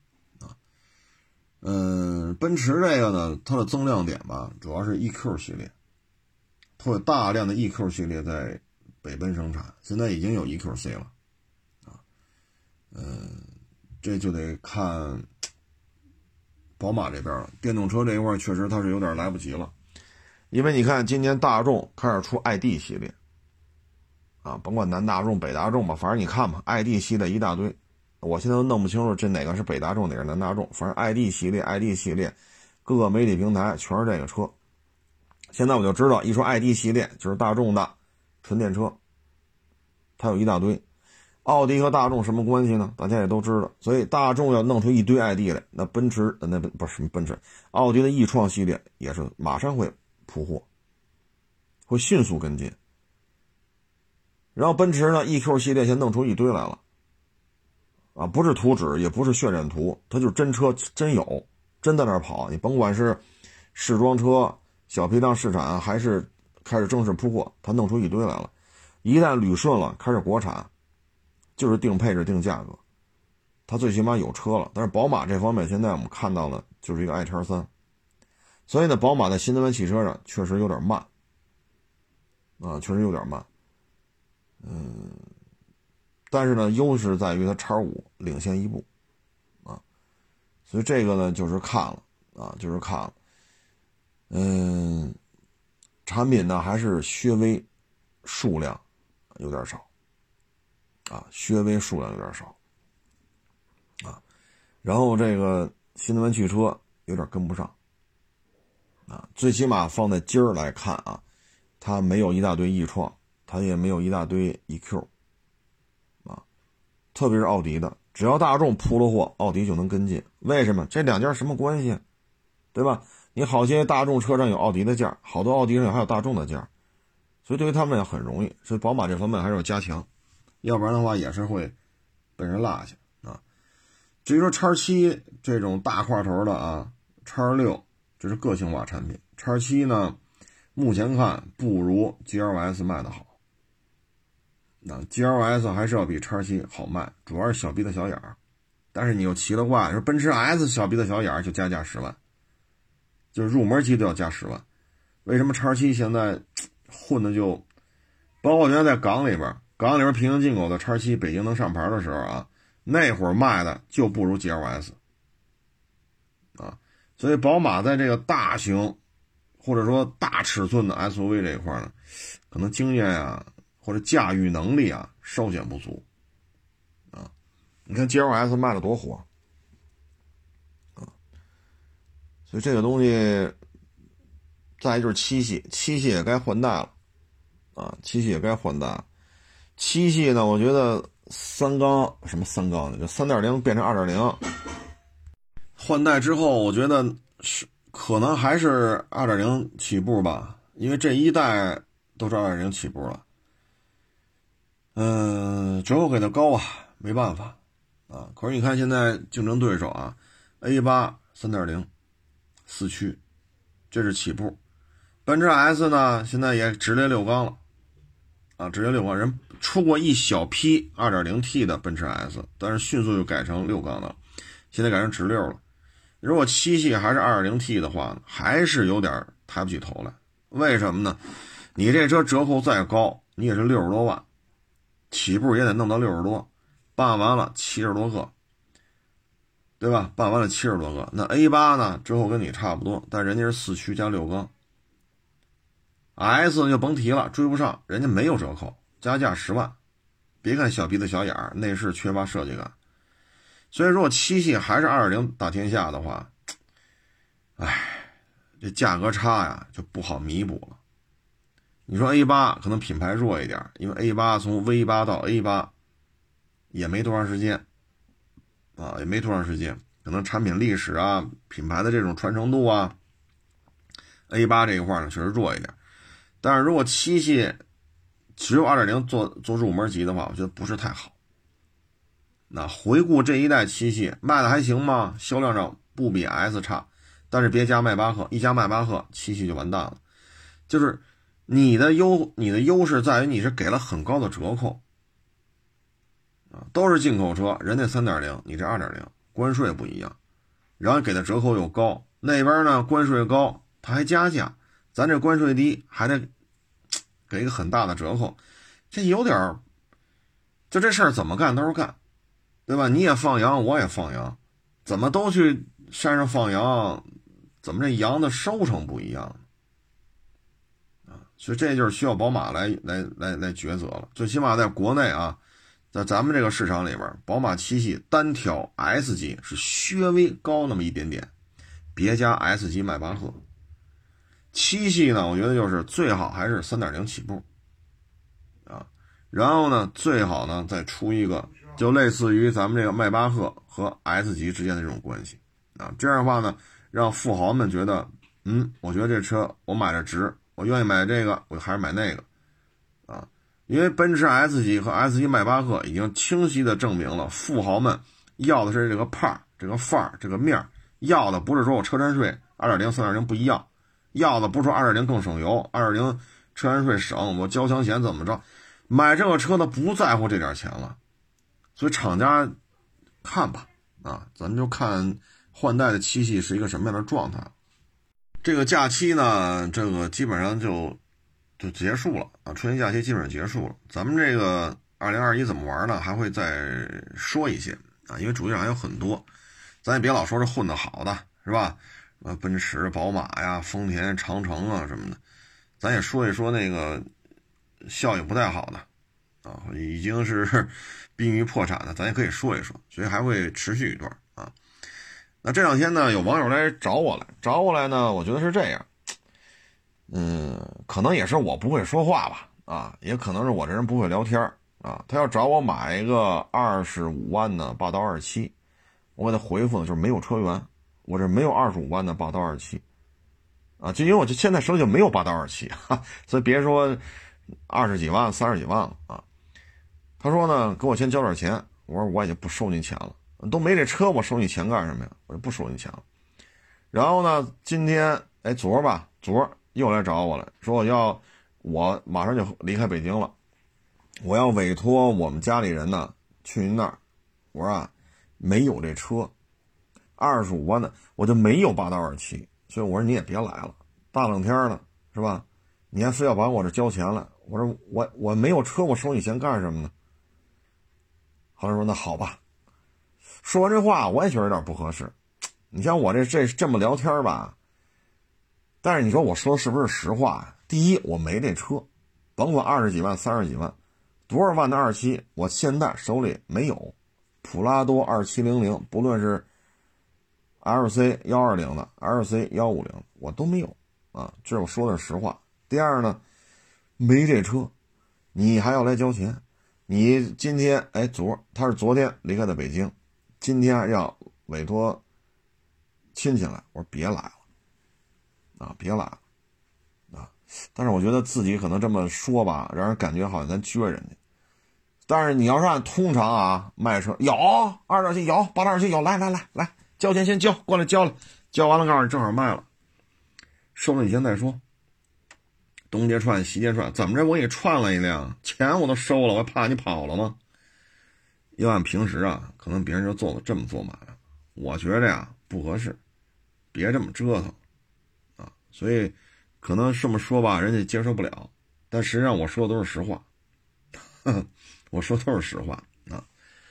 奔驰这个呢，它的增量点吧，主要是 EQ 系列，它有大量的 EQ 系列在北奔生产，现在已经有 EQC 了这就得看宝马这边了。电动车这一块确实它是有点来不及了，因为你看今年大众开始出 ID 系列甭管南大众北大众吧，反正你看吧 ID 系列一大堆，我现在都弄不清楚这哪个是北大众哪个是南大众，反正 ID 系列各个媒体平台全是这个车。现在我就知道一说 ID 系列就是大众的纯电车，它有一大堆。奥迪和大众什么关系呢？大家也都知道，所以大众要弄出一堆 ID 来，那奔驰那不是奔驰，奥迪的 e-tron 系列也是马上会铺货，会迅速跟进。然后奔驰呢 EQ 系列先弄出一堆来了不是图纸也不是渲染图，它就是真车真有，真在那儿跑，你甭管是试装车小批量试产还是开始正式铺货，它弄出一堆来了。一旦捋顺了开始国产，就是定配置定价格，它最起码有车了。但是宝马这方面现在我们看到了就是一个 i-3， 所以呢宝马在新能源汽车上确实有点慢确实有点慢但是呢优势在于它 X5 领先一步所以这个呢就是看了就是看了产品呢还是稍微数量有点少稍微数量有点少然后这个新能源汽车有点跟不上最起码放在今儿来看它没有一大堆e-tron， 它也没有一大堆 EQ 啊，特别是奥迪的，只要大众铺了货，奥迪就能跟进。为什么？这两家什么关系？对吧？你好些大众车上有奥迪的件，好多奥迪上还有大众的件，所以对于他们也很容易。所以宝马这方面还是要加强，要不然的话也是会被人落下啊。至于说 X7 这种大块头的啊 ，X6 这是个性化产品，X7呢目前看不如 GLS 卖的好。那 GLS 还是要比 X7 好卖，主要是小鼻子小眼儿。但是你又奇了怪，说奔驰 S 小鼻子小眼儿就加价10万，就是入门级都要加10万。为什么 X7 现在混的就，包括原来在港里边平行进口的 X7 北京能上牌的时候啊，那会儿卖的就不如 GLS 啊。所以宝马在这个大型或者说大尺寸的 SUV 这一块呢，可能经验啊或者驾驭能力啊稍显不足啊。你看 GLS 卖的多火啊，所以这个东西，再就是七系也该换代了啊，七系也该换代了。七系呢，我觉得三缸呢，就 3.0 变成 2.0， 换代之后，我觉得是可能还是 2.0 起步吧，因为这一代都是 2.0 起步了。折扣给的高啊，没办法啊。可是你看现在竞争对手啊 ，A8 3.0 四驱，这是起步。奔驰 S 呢，现在也直列6缸了啊，直列6缸，人出过一小批 2.0T 的奔驰 S， 但是迅速就改成6缸的，现在改成直六了。如果七系还是 2.0T 的话，还是有点抬不起头来。为什么呢？你这车折扣再高，你也是60多万，起步也得弄到60多，办完了70多个，对吧？办完了70多个。那 A8 呢，折扣跟你差不多，但人家是四驱加6缸。S 就甭提了，追不上，人家没有折扣，加价10万。别看小鼻子小眼儿，内饰缺乏设计感。所以如果七系还是 2.0 打天下的话，这价格差呀就不好弥补了。你说 A8 可能品牌弱一点，因为 A8 从 V8 到 A8 也没多长时间啊，也没多长时间，可能产品历史啊，品牌的这种传承度啊 ，A8 这一块呢确实弱一点。但是如果七系只有 2.0 做入门级的话，我觉得不是太好。那回顾这一代七系卖的还行吗？销量上不比 S 差，但是别加迈巴赫，一加迈巴赫七系就完蛋了。就是你的优势在于你是给了很高的折扣啊，都是进口车，人家 3.0 你这 2.0 关税不一样，然后给的折扣又高，那边呢关税高他还加价，咱这关税低还得给一个很大的折扣，这有点就这事儿怎么干都是干，对吧？你也放羊，我也放羊，怎么都去山上放羊，怎么这羊的收成不一样啊？所以这就是需要宝马来抉择了。最起码在国内啊，在咱们这个市场里边，宝马七系单挑 S 级是略微高那么一点点，别加 S 级迈巴赫。七系呢，我觉得就是最好还是 3.0 起步啊，然后呢最好呢再出一个就类似于咱们这个迈巴赫和 S 级之间的这种关系啊，这样的话呢让富豪们觉得我觉得这车我买着值，我愿意买这个我还是买那个啊，因为奔驰 S 级和 S 级迈巴赫已经清晰的证明了富豪们要的是这个派这个范儿这个面，要的不是说我车船税 2.0 3.0 不一样，要的不是说 2.0 更省油 2.0 车船税省，我交强险怎么着，买这个车的不在乎这点钱了。所以厂家看吧啊，咱们就看换代的七系是一个什么样的状态。这个假期呢，这个基本上就结束了啊，春节假期基本上结束了。咱们这个2021怎么玩呢？还会再说一些啊，因为主机厂还有很多，咱也别老说是混得好的，是吧？奔驰、宝马呀、丰田、长城啊什么的，咱也说一说那个效益不太好的啊，已经是濒于破产的，咱也可以说一说，所以还会持续一段啊。那这两天呢，有网友来找我来呢，我觉得是这样，可能也是我不会说话吧， 啊，也可能是我这人不会聊天啊。他要找我买一个25万的霸道27，我给他回复呢就是没有车源，我这没有25万的霸道27啊，就因为我现在手里就没有霸道27哈，所以别说20几万、30几万了啊。他说呢，给我先交点钱，我说我也就不收你钱了，都没这车，我收你钱干什么呀？我就不收你钱了。然后呢，今天昨儿又来找我了，说我马上就离开北京了，我要委托我们家里人呢去您那儿。我说啊，没有这车，25万的我就没有霸道27，所以我说你也别来了，大冷天的是吧？你还非要把我这交钱了，我说我没有车，我收你钱干什么呢？后来说那好吧。说完这话我也觉得有点不合适。你像我这么聊天吧，但是你说我说是不是实话呀？第一，我没这车，甭管20几万、30几万，多少万的27，我现在手里没有。普拉多2700，不论是 LC 120的 LC 150，我都没有啊，这我说的是实话。第二呢，没这车，你还要来交钱。你今天他是昨天离开的北京，今天要委托亲戚来，我说别来了啊，别来了啊！但是我觉得自己可能这么说吧，让人感觉好像咱撅人家。但是你要是按通常啊，卖车有227有827有，来交钱先交过来，交了，交完了告诉你正好卖了，收了你钱再说。东街串西街串，怎么着我给你串了一辆，钱我都收了，我还怕你跑了吗？要按平时啊，可能别人就这么做买卖，我觉着呀不合适，别这么折腾啊。所以可能这么说吧，人家接受不了，但实际上我说的都是实话，我说都是实话啊。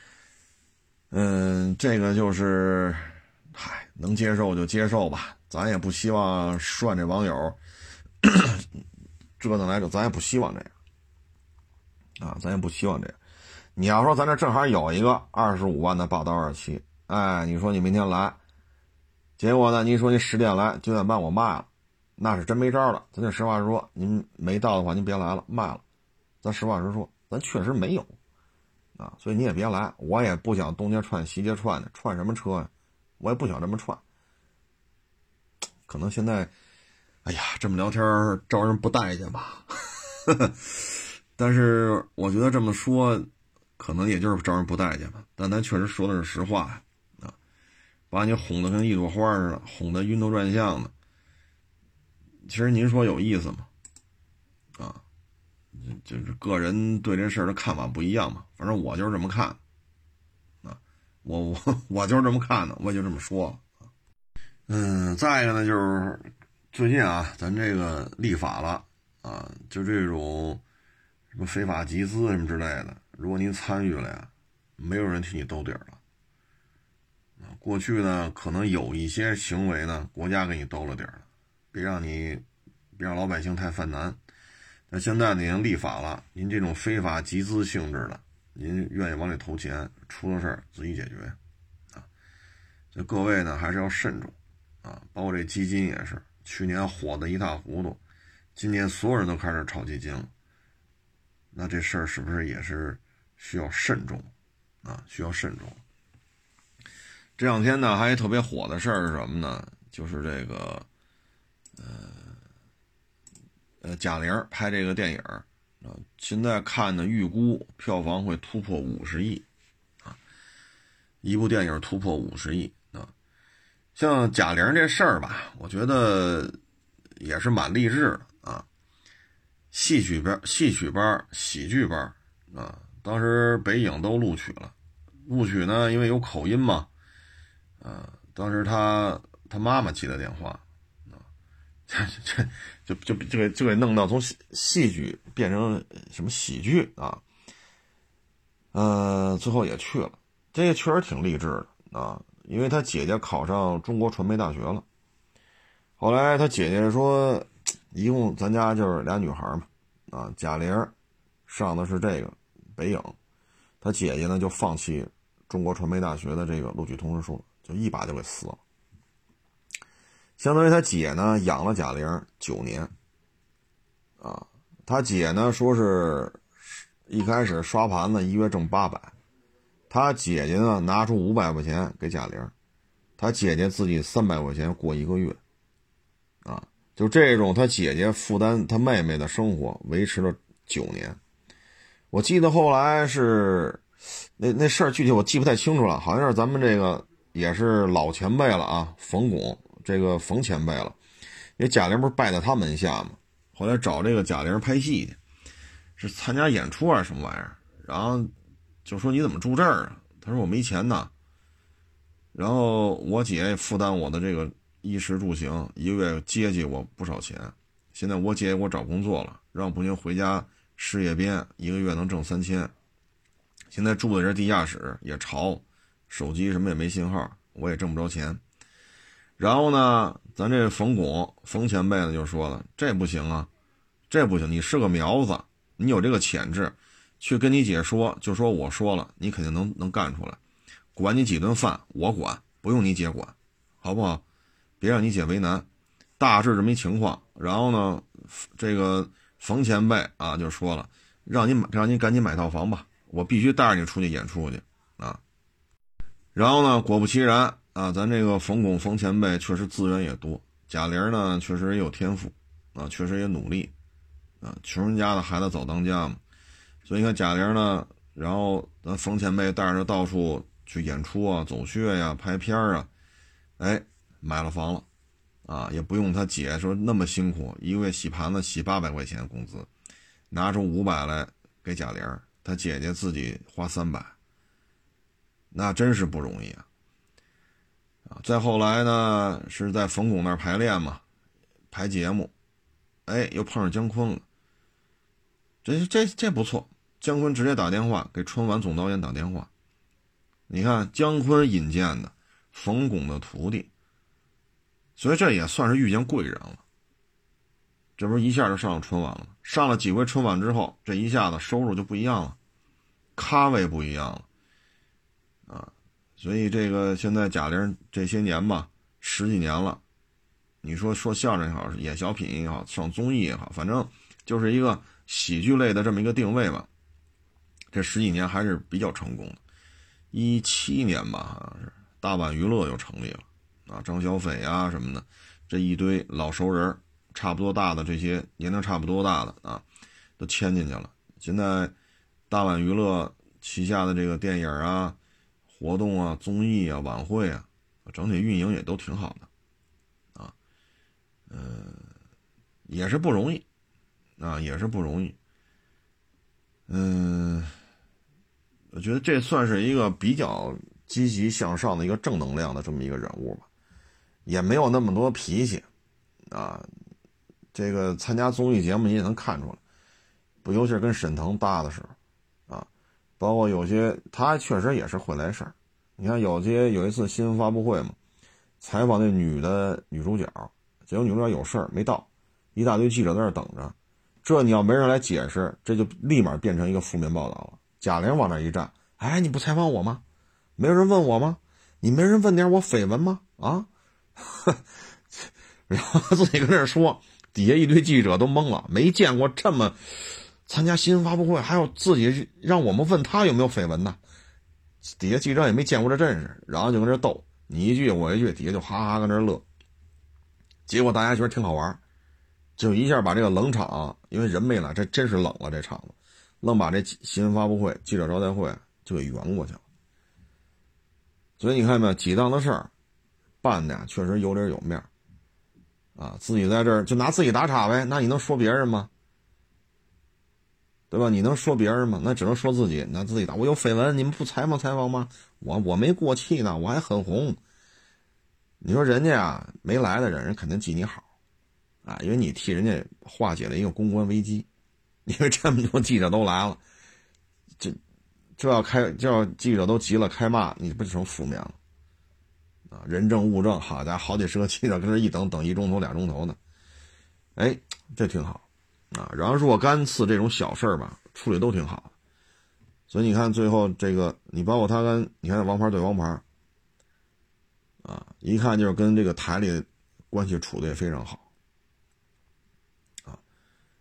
这个就是能接受就接受吧，咱也不希望涮这网友折腾来着，咱也不希望这样啊，咱也不希望这样。你要说咱这正好有一个25万的霸道27，你说你明天来，结果呢，你说你10点来，9点半我卖了，那是真没招了。咱就实话实说，您没到的话，您别来了，卖了。咱实话实说，咱确实没有啊，所以你也别来，我也不想东街串西街串的，串什么车呀？我也不想这么串。可能现在这么聊天招人不待见吧。但是我觉得这么说可能也就是招人不待见吧，但咱确实说的是实话啊，把你哄得跟一朵花似的，哄得晕头转向的。其实您说有意思吗？啊，就是个人对这事儿的看法不一样嘛，反正我就是这么看啊，我就是这么看的，我也就这么说了。再一个呢，就是最近咱这个立法了啊，就这种什么非法集资什么之类的，如果您参与了呀，没有人替你兜底了。过去呢，可能有一些行为呢，国家给你兜了底了，别让老百姓太犯难。但现在呢，已经立法了，您这种非法集资性质的，您愿意往里投钱，出了事儿自己解决啊。所以各位呢，还是要慎重啊，包括这基金也是，去年火得一塌糊涂，今年所有人都开始炒基金了，那这事儿是不是也是需要慎重啊？需要慎重。这两天呢，还特别火的事儿是什么呢？就是这个贾玲拍这个电影现在看呢，预估票房会突破50亿啊，一部电影突破50亿啊。像贾玲这事儿吧，我觉得也是蛮励志的啊。戏曲班、喜剧班啊，当时北影都录取了。录取呢，因为有口音嘛，当时他妈妈接的电话，就给弄到从戏剧变成什么喜剧啊，最后也去了。这个确实挺励志的啊，因为他姐姐考上中国传媒大学了。后来他姐姐说，一共咱家就是俩女孩嘛，啊，贾玲上的是这个北影，他姐姐呢就放弃中国传媒大学的这个录取通知书了，就一把就给撕了。相当于他姐呢养了贾玲9年，啊， 他姐呢说是一开始刷盘子一月挣800，他姐姐呢拿出500块钱给贾玲，他姐姐自己300块钱过1个月，啊，就这种他姐姐负担他妹妹的生活维持了9年。我记得后来是那事儿具体我记不太清楚了，好像是咱们这个也是老前辈了啊，冯巩这个冯前辈了，因为贾玲不是拜在他门下嘛，后来找这个贾玲拍戏去，是参加演出还是什么玩意儿，然后就说你怎么住这儿啊？他说我没钱呐，然后我姐也负担我的这个衣食住行，一个月接我不少钱，现在我姐也给我找工作了，让不行回家事业编，一个月能挣3000。现在住的是地下室，也潮，手机什么也没信号，我也挣不着钱。然后呢，咱这冯巩冯前辈呢就说了，这不行啊，这不行，你是个苗子，你有这个潜质，去跟你姐说，就说我说了，你肯定能干出来，管你几顿饭我管，不用你姐管，好不好？别让你姐为难，大致这么一情况。然后呢，这个冯前辈啊就说了，让你赶紧买套房吧，我必须带着你出去演出去啊。然后呢，果不其然啊，咱这个冯巩冯前辈确实资源也多，贾玲呢确实也有天赋啊，确实也努力啊，穷人家的孩子早当家嘛。所以你看贾玲呢，然后咱冯前辈带着到处去演出啊，走穴呀，拍片啊，哎，买了房了啊，也不用他姐说那么辛苦，一个月洗盘子洗800块钱工资，拿出500来给贾玲，他姐姐自己花300，那真是不容易啊！再后来呢，是在冯巩那儿排练嘛，排节目，哎，又碰上姜昆了，这不错，姜昆直接打电话给春晚总导演打电话，你看姜昆引荐的冯巩的徒弟，所以这也算是遇见贵人了。这不是一下就上了春晚了，上了几回春晚之后，这一下子收入就不一样了，咖位不一样了啊。所以这个现在贾玲这些年吧，10几年了，你说相声也好，演小品也好，上综艺也好，反正就是一个喜剧类的这么一个定位吧，这10几年还是比较成功的。17年吧，好像是大碗娱乐又成立了啊，张小斐啊什么的，这一堆老熟人，差不多大的这些年龄差不多大的啊，都签进去了。现在大碗娱乐旗下的这个电影啊、活动啊、综艺啊、晚会啊，整体运营也都挺好的啊，也是不容易啊，也是不容易。我觉得这算是一个比较积极向上的一个正能量的这么一个人物吧，也没有那么多脾气啊。这个参加综艺节目你也能看出来，不，尤其是跟沈腾搭的时候啊，包括有些他确实也是会来事儿。你看有一次新闻发布会嘛，采访那女主角，结果女主角有事儿没到，一大堆记者在那儿等着，这你要没人来解释，这就立马变成一个负面报道了。贾玲往那一站，哎，你不采访我吗？没有人问我吗？你没人问点我绯闻吗？啊，然后自己跟这说，底下一堆记者都懵了，没见过这么参加新闻发布会还有自己让我们问他有没有绯闻呢，底下记者也没见过这阵势，然后就跟这斗，你一句我一句，底下就哈哈跟这乐，结果大家觉得挺好玩，就一下把这个冷场，因为人没来，这真是冷了这场子，愣把这新闻发布会记者招待会就给圆过去了。所以你看没有，几档的事儿办的呀确实有点有面啊，自己在这儿就拿自己打岔呗，那你能说别人吗？对吧？你能说别人吗？那只能说自己，拿自己打。我有绯闻，你们不采访吗？我没过气呢，我还很红。你说人家啊没来的人肯定记你好啊，因为你替人家化解了一个公关危机，因为这么多记者都来了，这要记者都急了开骂，你不就成负面了啊？人证物证，好家伙，好几十个记者跟这一等1钟头2钟头呢，哎，这挺好啊。然后若干次这种小事吧，处理都挺好的。所以你看最后这个，你包括他跟你看王牌对王牌啊，一看就是跟这个台里关系处的也非常好啊。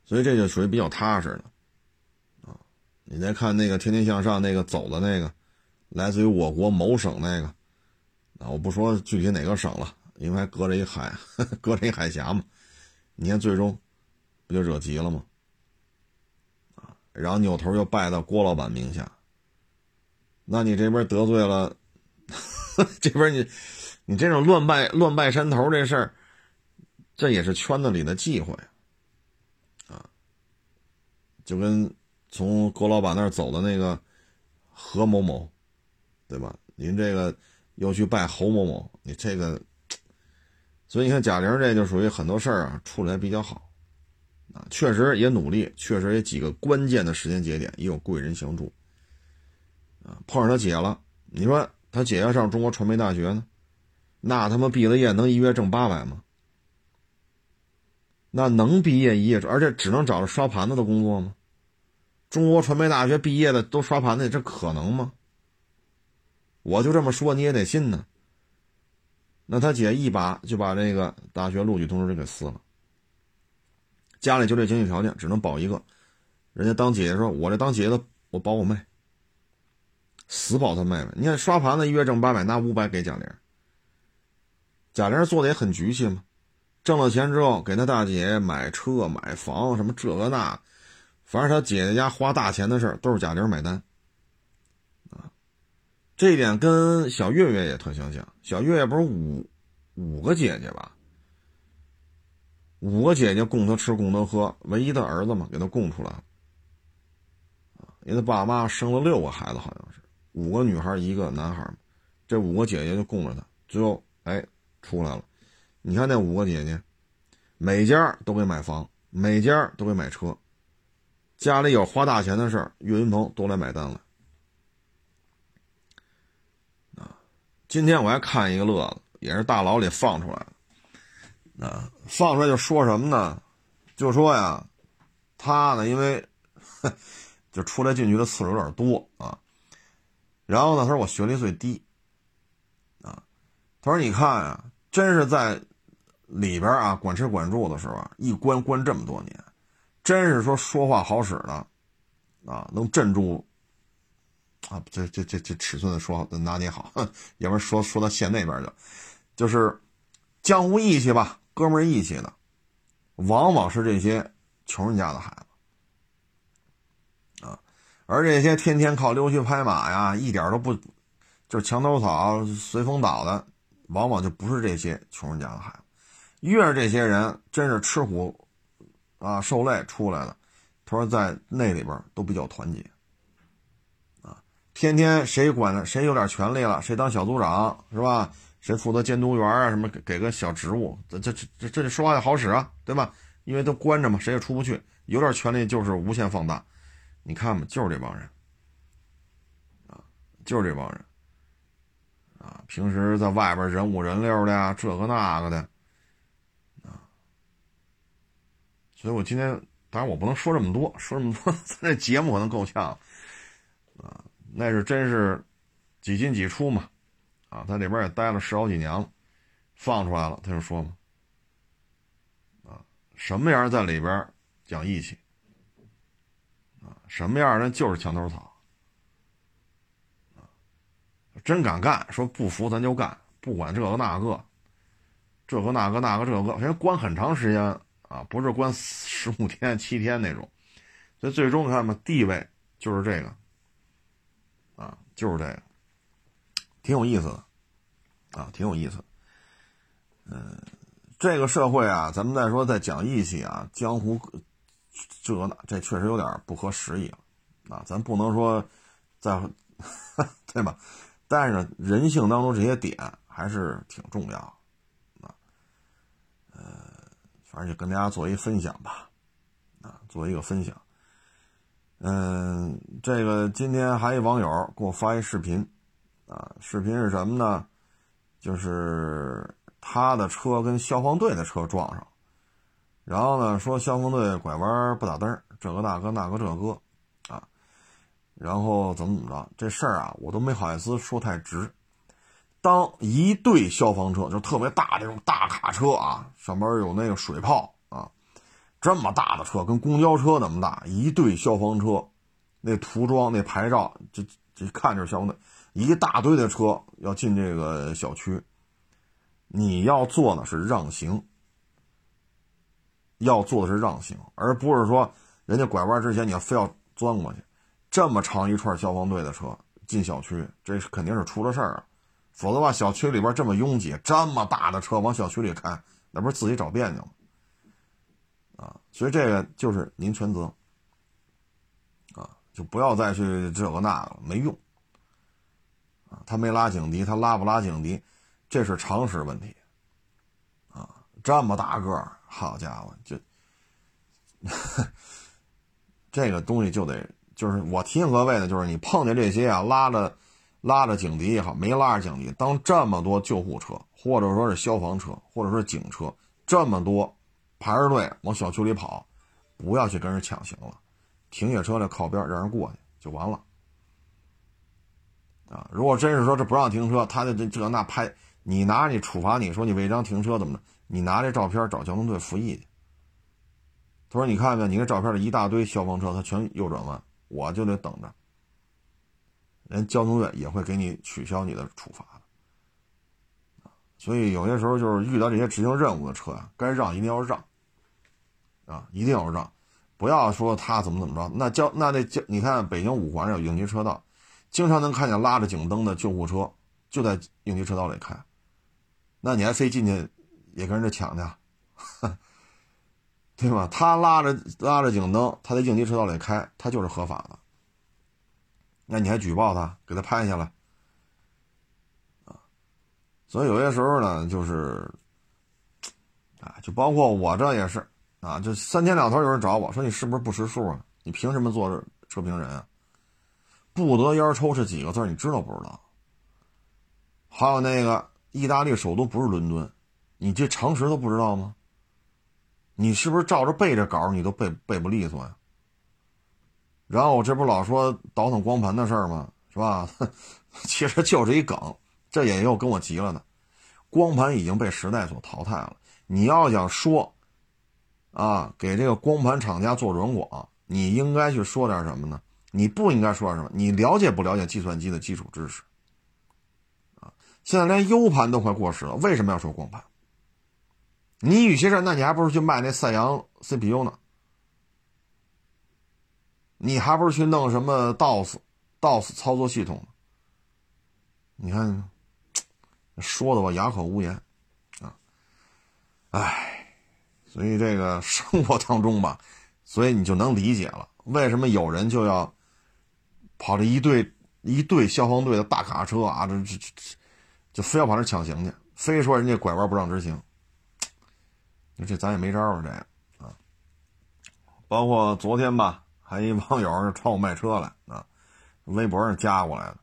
所以这就属于比较踏实的啊。你再看那个天天向上那个走的那个，来自于我国某省那个啊，我不说具体哪个省了，因为还隔着一海，隔着一海峡嘛。你看最终不就惹急了吗？啊，然后扭头又拜到郭老板名下，那你这边得罪了，这边你这种乱拜山头这事儿，这也是圈子里的忌讳啊。就跟从郭老板那儿走的那个何某某，对吧？您这个又去拜侯某某，你这个，所以你看贾玲这就属于很多事儿啊处理还比较好啊，确实也努力，确实也几个关键的时间节点也有贵人相助啊。碰上他姐了，你说他姐要上中国传媒大学呢，那他妈毕了业能一月挣800吗？那能毕业一夜，而且只能找着刷盘子的工作吗？中国传媒大学毕业的都刷盘子，这可能吗？我就这么说你也得信呢。那他姐一把就把这个大学录取通知给撕了，家里就这经济条件只能保一个，人家当姐姐说我这当姐姐的我保我妹，死保他妹妹。你看刷盘子一月挣800，拿500给贾玲，贾玲做的也很局气嘛，挣了钱之后给他大姐买车买房什么这个那，反正他姐姐家花大钱的事儿都是贾玲买单啊。这一点跟小岳岳也特相像，小岳岳不是五个姐姐吧，5个姐姐供他吃供他喝，唯一的儿子嘛给他供出来了因为他爸妈生了6个孩子，好像是5个女孩1个男孩，这5个姐姐就供着他，最后出来了。你看那5个姐姐每家都给买房，每家都给买车，家里有花大钱的事儿，岳云鹏都来买单了啊。今天我还看一个乐子，也是大牢里放出来的啊，放出来就说什么呢？就说呀，他呢因为就出来进去的次数有点多啊，然后呢他说我学历最低啊，他说你看啊，真是在里边啊管吃管住的时候啊，一关这么多年，真是说话好使的啊，能镇住啊，这尺寸的说拿捏好，要不然说到县那边就是江湖义气吧，哥们儿义气的，往往是这些穷人家的孩子啊，而这些天天靠溜须拍马呀，一点都不就是墙头草随风倒的，往往就不是这些穷人家的孩子。越是这些人真是吃苦啊受累出来的，他说在那里边都比较团结啊，天天谁管了谁有点权利了，谁当小组长是吧，谁负责监督员啊什么，给个小职务，这说话也好使啊，对吧？因为都关着嘛，谁也出不去，有点权利就是无限放大。你看吧，就是这帮人啊，就是这帮人啊，平时在外边人五人六的呀，这个那个的啊，所以我今天当然我不能说这么多，说这么多咱这节目可能够呛啊，那是真是几进几出嘛啊，他里边也待了10好几年了，放出来了他就说嘛啊，什么样在里边讲义气啊，什么样的就是墙头草啊，真敢干，说不服咱就干，不管这个那个，这个那个那个这个，人关很长时间啊，不是关15天7天那种，所以最终看吧，地位就是这个啊，就是这个，挺有意思的啊，挺有意思的。这个社会啊，咱们再说再讲义气啊，江湖这确实有点不合时宜了啊，咱不能说在对吧？但是呢，人性当中这些点还是挺重要啊。反正就跟大家做一分享吧，啊，做一个分享。这个今天还有网友给我发一视频，啊，视频是什么呢？就是他的车跟消防队的车撞上，然后呢说消防队拐弯不打灯，这个那个那个这个啊，然后怎么着，这事儿啊我都没好意思说太直。当一队消防车就特别大这种大卡车啊，上边有那个水炮啊， 这么大的车，跟公交车那么大，一队消防车，那涂装那牌照，这看着消防队，一大堆的车要进这个小区，你要做的是让行，而不是说人家拐弯之前你要非要钻过去。这么长一串消防队的车进小区，这肯定是出了事儿啊，否则的话小区里边这么拥挤，这么大的车往小区里开，那不是自己找别扭吗？所以这个就是您全责就不要再去这个那个，没用他没拉警笛，他拉不拉警笛，这是常识问题这么大个儿，好家伙，就这个东西就是我提醒各位的，就是你碰见这些拉着警笛也好，没拉着警笛，当这么多救护车或者说是消防车或者说是警车这么多排着队往小区里跑，不要去跟人抢行了，停下车来靠边让人过去就完了如果真是说这不让停车，他的这那拍你拿你处罚你说你违章停车怎么的，你拿这照片找交通队复议去。他说你看没有，你这照片里一大堆消防车他全右转弯，我就得等着，人交通队也会给你取消你的处罚的所以有些时候就是遇到这些执行任务的车该让一定要让一定要让，不要说他怎么着。那你看北京5环有应急车道，经常能看见拉着警灯的救护车就在应急车道里开，那你还非进去也跟人家抢去对吧？他拉着警灯，他在应急车道里开，他就是合法的。那你还举报他，给他拍下来所以有些时候呢，就是就包括我这也是就3天2头有人找我说你是不是不识数啊？你凭什么做车评人啊？不得烟抽是几个字，你知道不知道？还有那个意大利首都不是伦敦，你这常识都不知道吗？你是不是照着背着稿你都背不利索呀？然后我这不老说倒腾光盘的事儿吗？是吧？其实就是一梗，这也有跟我急了的。光盘已经被时代所淘汰了，你要想说给这个光盘厂家做软广，你应该去说点什么呢？你不应该说什么？你了解不了解计算机的基础知识现在连 U 盘都快过时了，为什么要说光盘？你与其是那你还不如去卖那赛扬 CPU 呢，你还不如去弄什么 DOS 操作系统。你看说的我哑口无言所以这个生活当中吧，所以你就能理解了为什么有人就要跑着一队消防队的大卡车就非要跑这抢行去，非说人家拐弯不让直行，这咱也没招了这个包括昨天吧，还一网友朝我卖车来微博上加过来的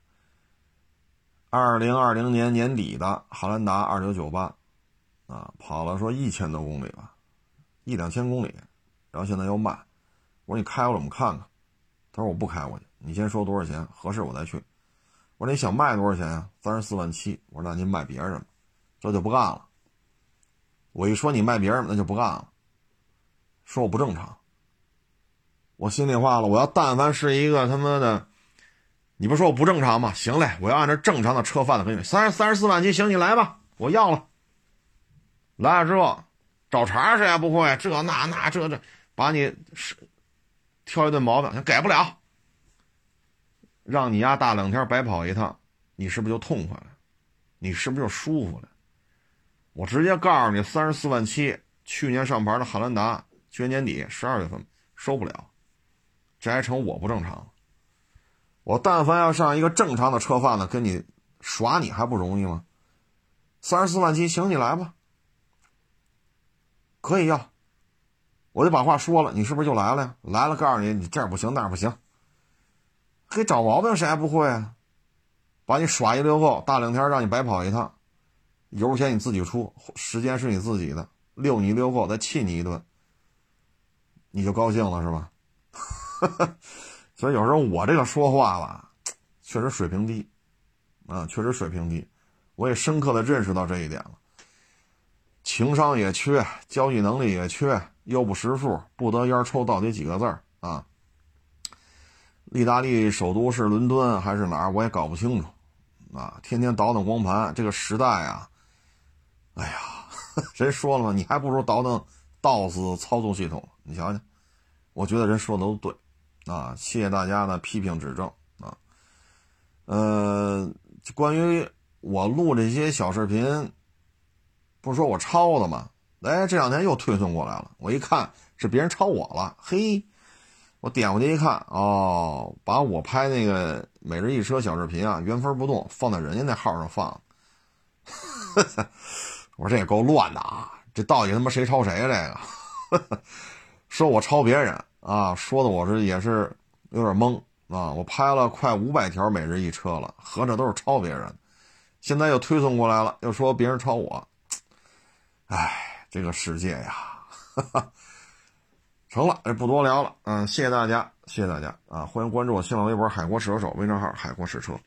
，2020年年底的汉兰达2998跑了说1000多公里吧，1-2000公里，然后现在又卖。我说你开过来我们看看，他说我不开过去，你先说多少钱合适我再去。我说你想卖多少钱啊？34.7万。我说那您卖别人了，这就不干了。我一说你卖别人那就不干了，说我不正常。我心里话了，我要但凡是一个他妈的，你不说我不正常吗？行嘞，我要按照正常的车贩子给你34.7万，行，你来吧，我要了。来了之后找茬谁也不会，这把你挑一顿毛病，改不了，让你大2天白跑一趟，你是不是就痛快了？你是不是就舒服了？我直接告诉你，34.7万，去年上牌的汉兰达，去年年底12月份收不了，这还成我不正常了。我但凡要上一个正常的车贩子跟你耍你还不容易吗？34.7万，行，你来吧，可以要。我就把话说了，你是不是就来了呀？来了告诉你，你这儿不行那儿不行，给找毛病谁还不会啊？把你耍一溜够，大2天让你白跑一趟，油钱你自己出，时间是你自己的，溜你一溜够，再气你一顿，你就高兴了是吧？所以有时候我这个说话吧，确实水平低确实水平低，我也深刻的认识到这一点了。情商也缺，交际能力也缺又不识数，不得烟抽到底几个字儿啊？意大利首都是伦敦还是哪儿，我也搞不清楚啊！天天倒腾光盘，这个时代啊，哎呀，人说了嘛，你还不如倒腾 DOS 操作系统。你瞧瞧，我觉得人说的都对啊！谢谢大家的批评指正啊。关于我录这些小视频，不是说我抄的吗？哎，这两天又推送过来了，我一看是别人抄我了，嘿，我点过去一看，哦，把我拍那个每日一车小视频啊，原封不动放在人家那号上放。我说这也够乱的啊，这到底他妈谁抄谁啊？这个说我抄别人啊，说的我也是有点懵啊。我拍了快500条每日一车了，合着都是抄别人，现在又推送过来了，又说别人抄我。哎，这个世界呀，成了，不多聊了。谢谢大家，谢谢大家啊！欢迎关注我新浪微博海国试车手微账号海国试车。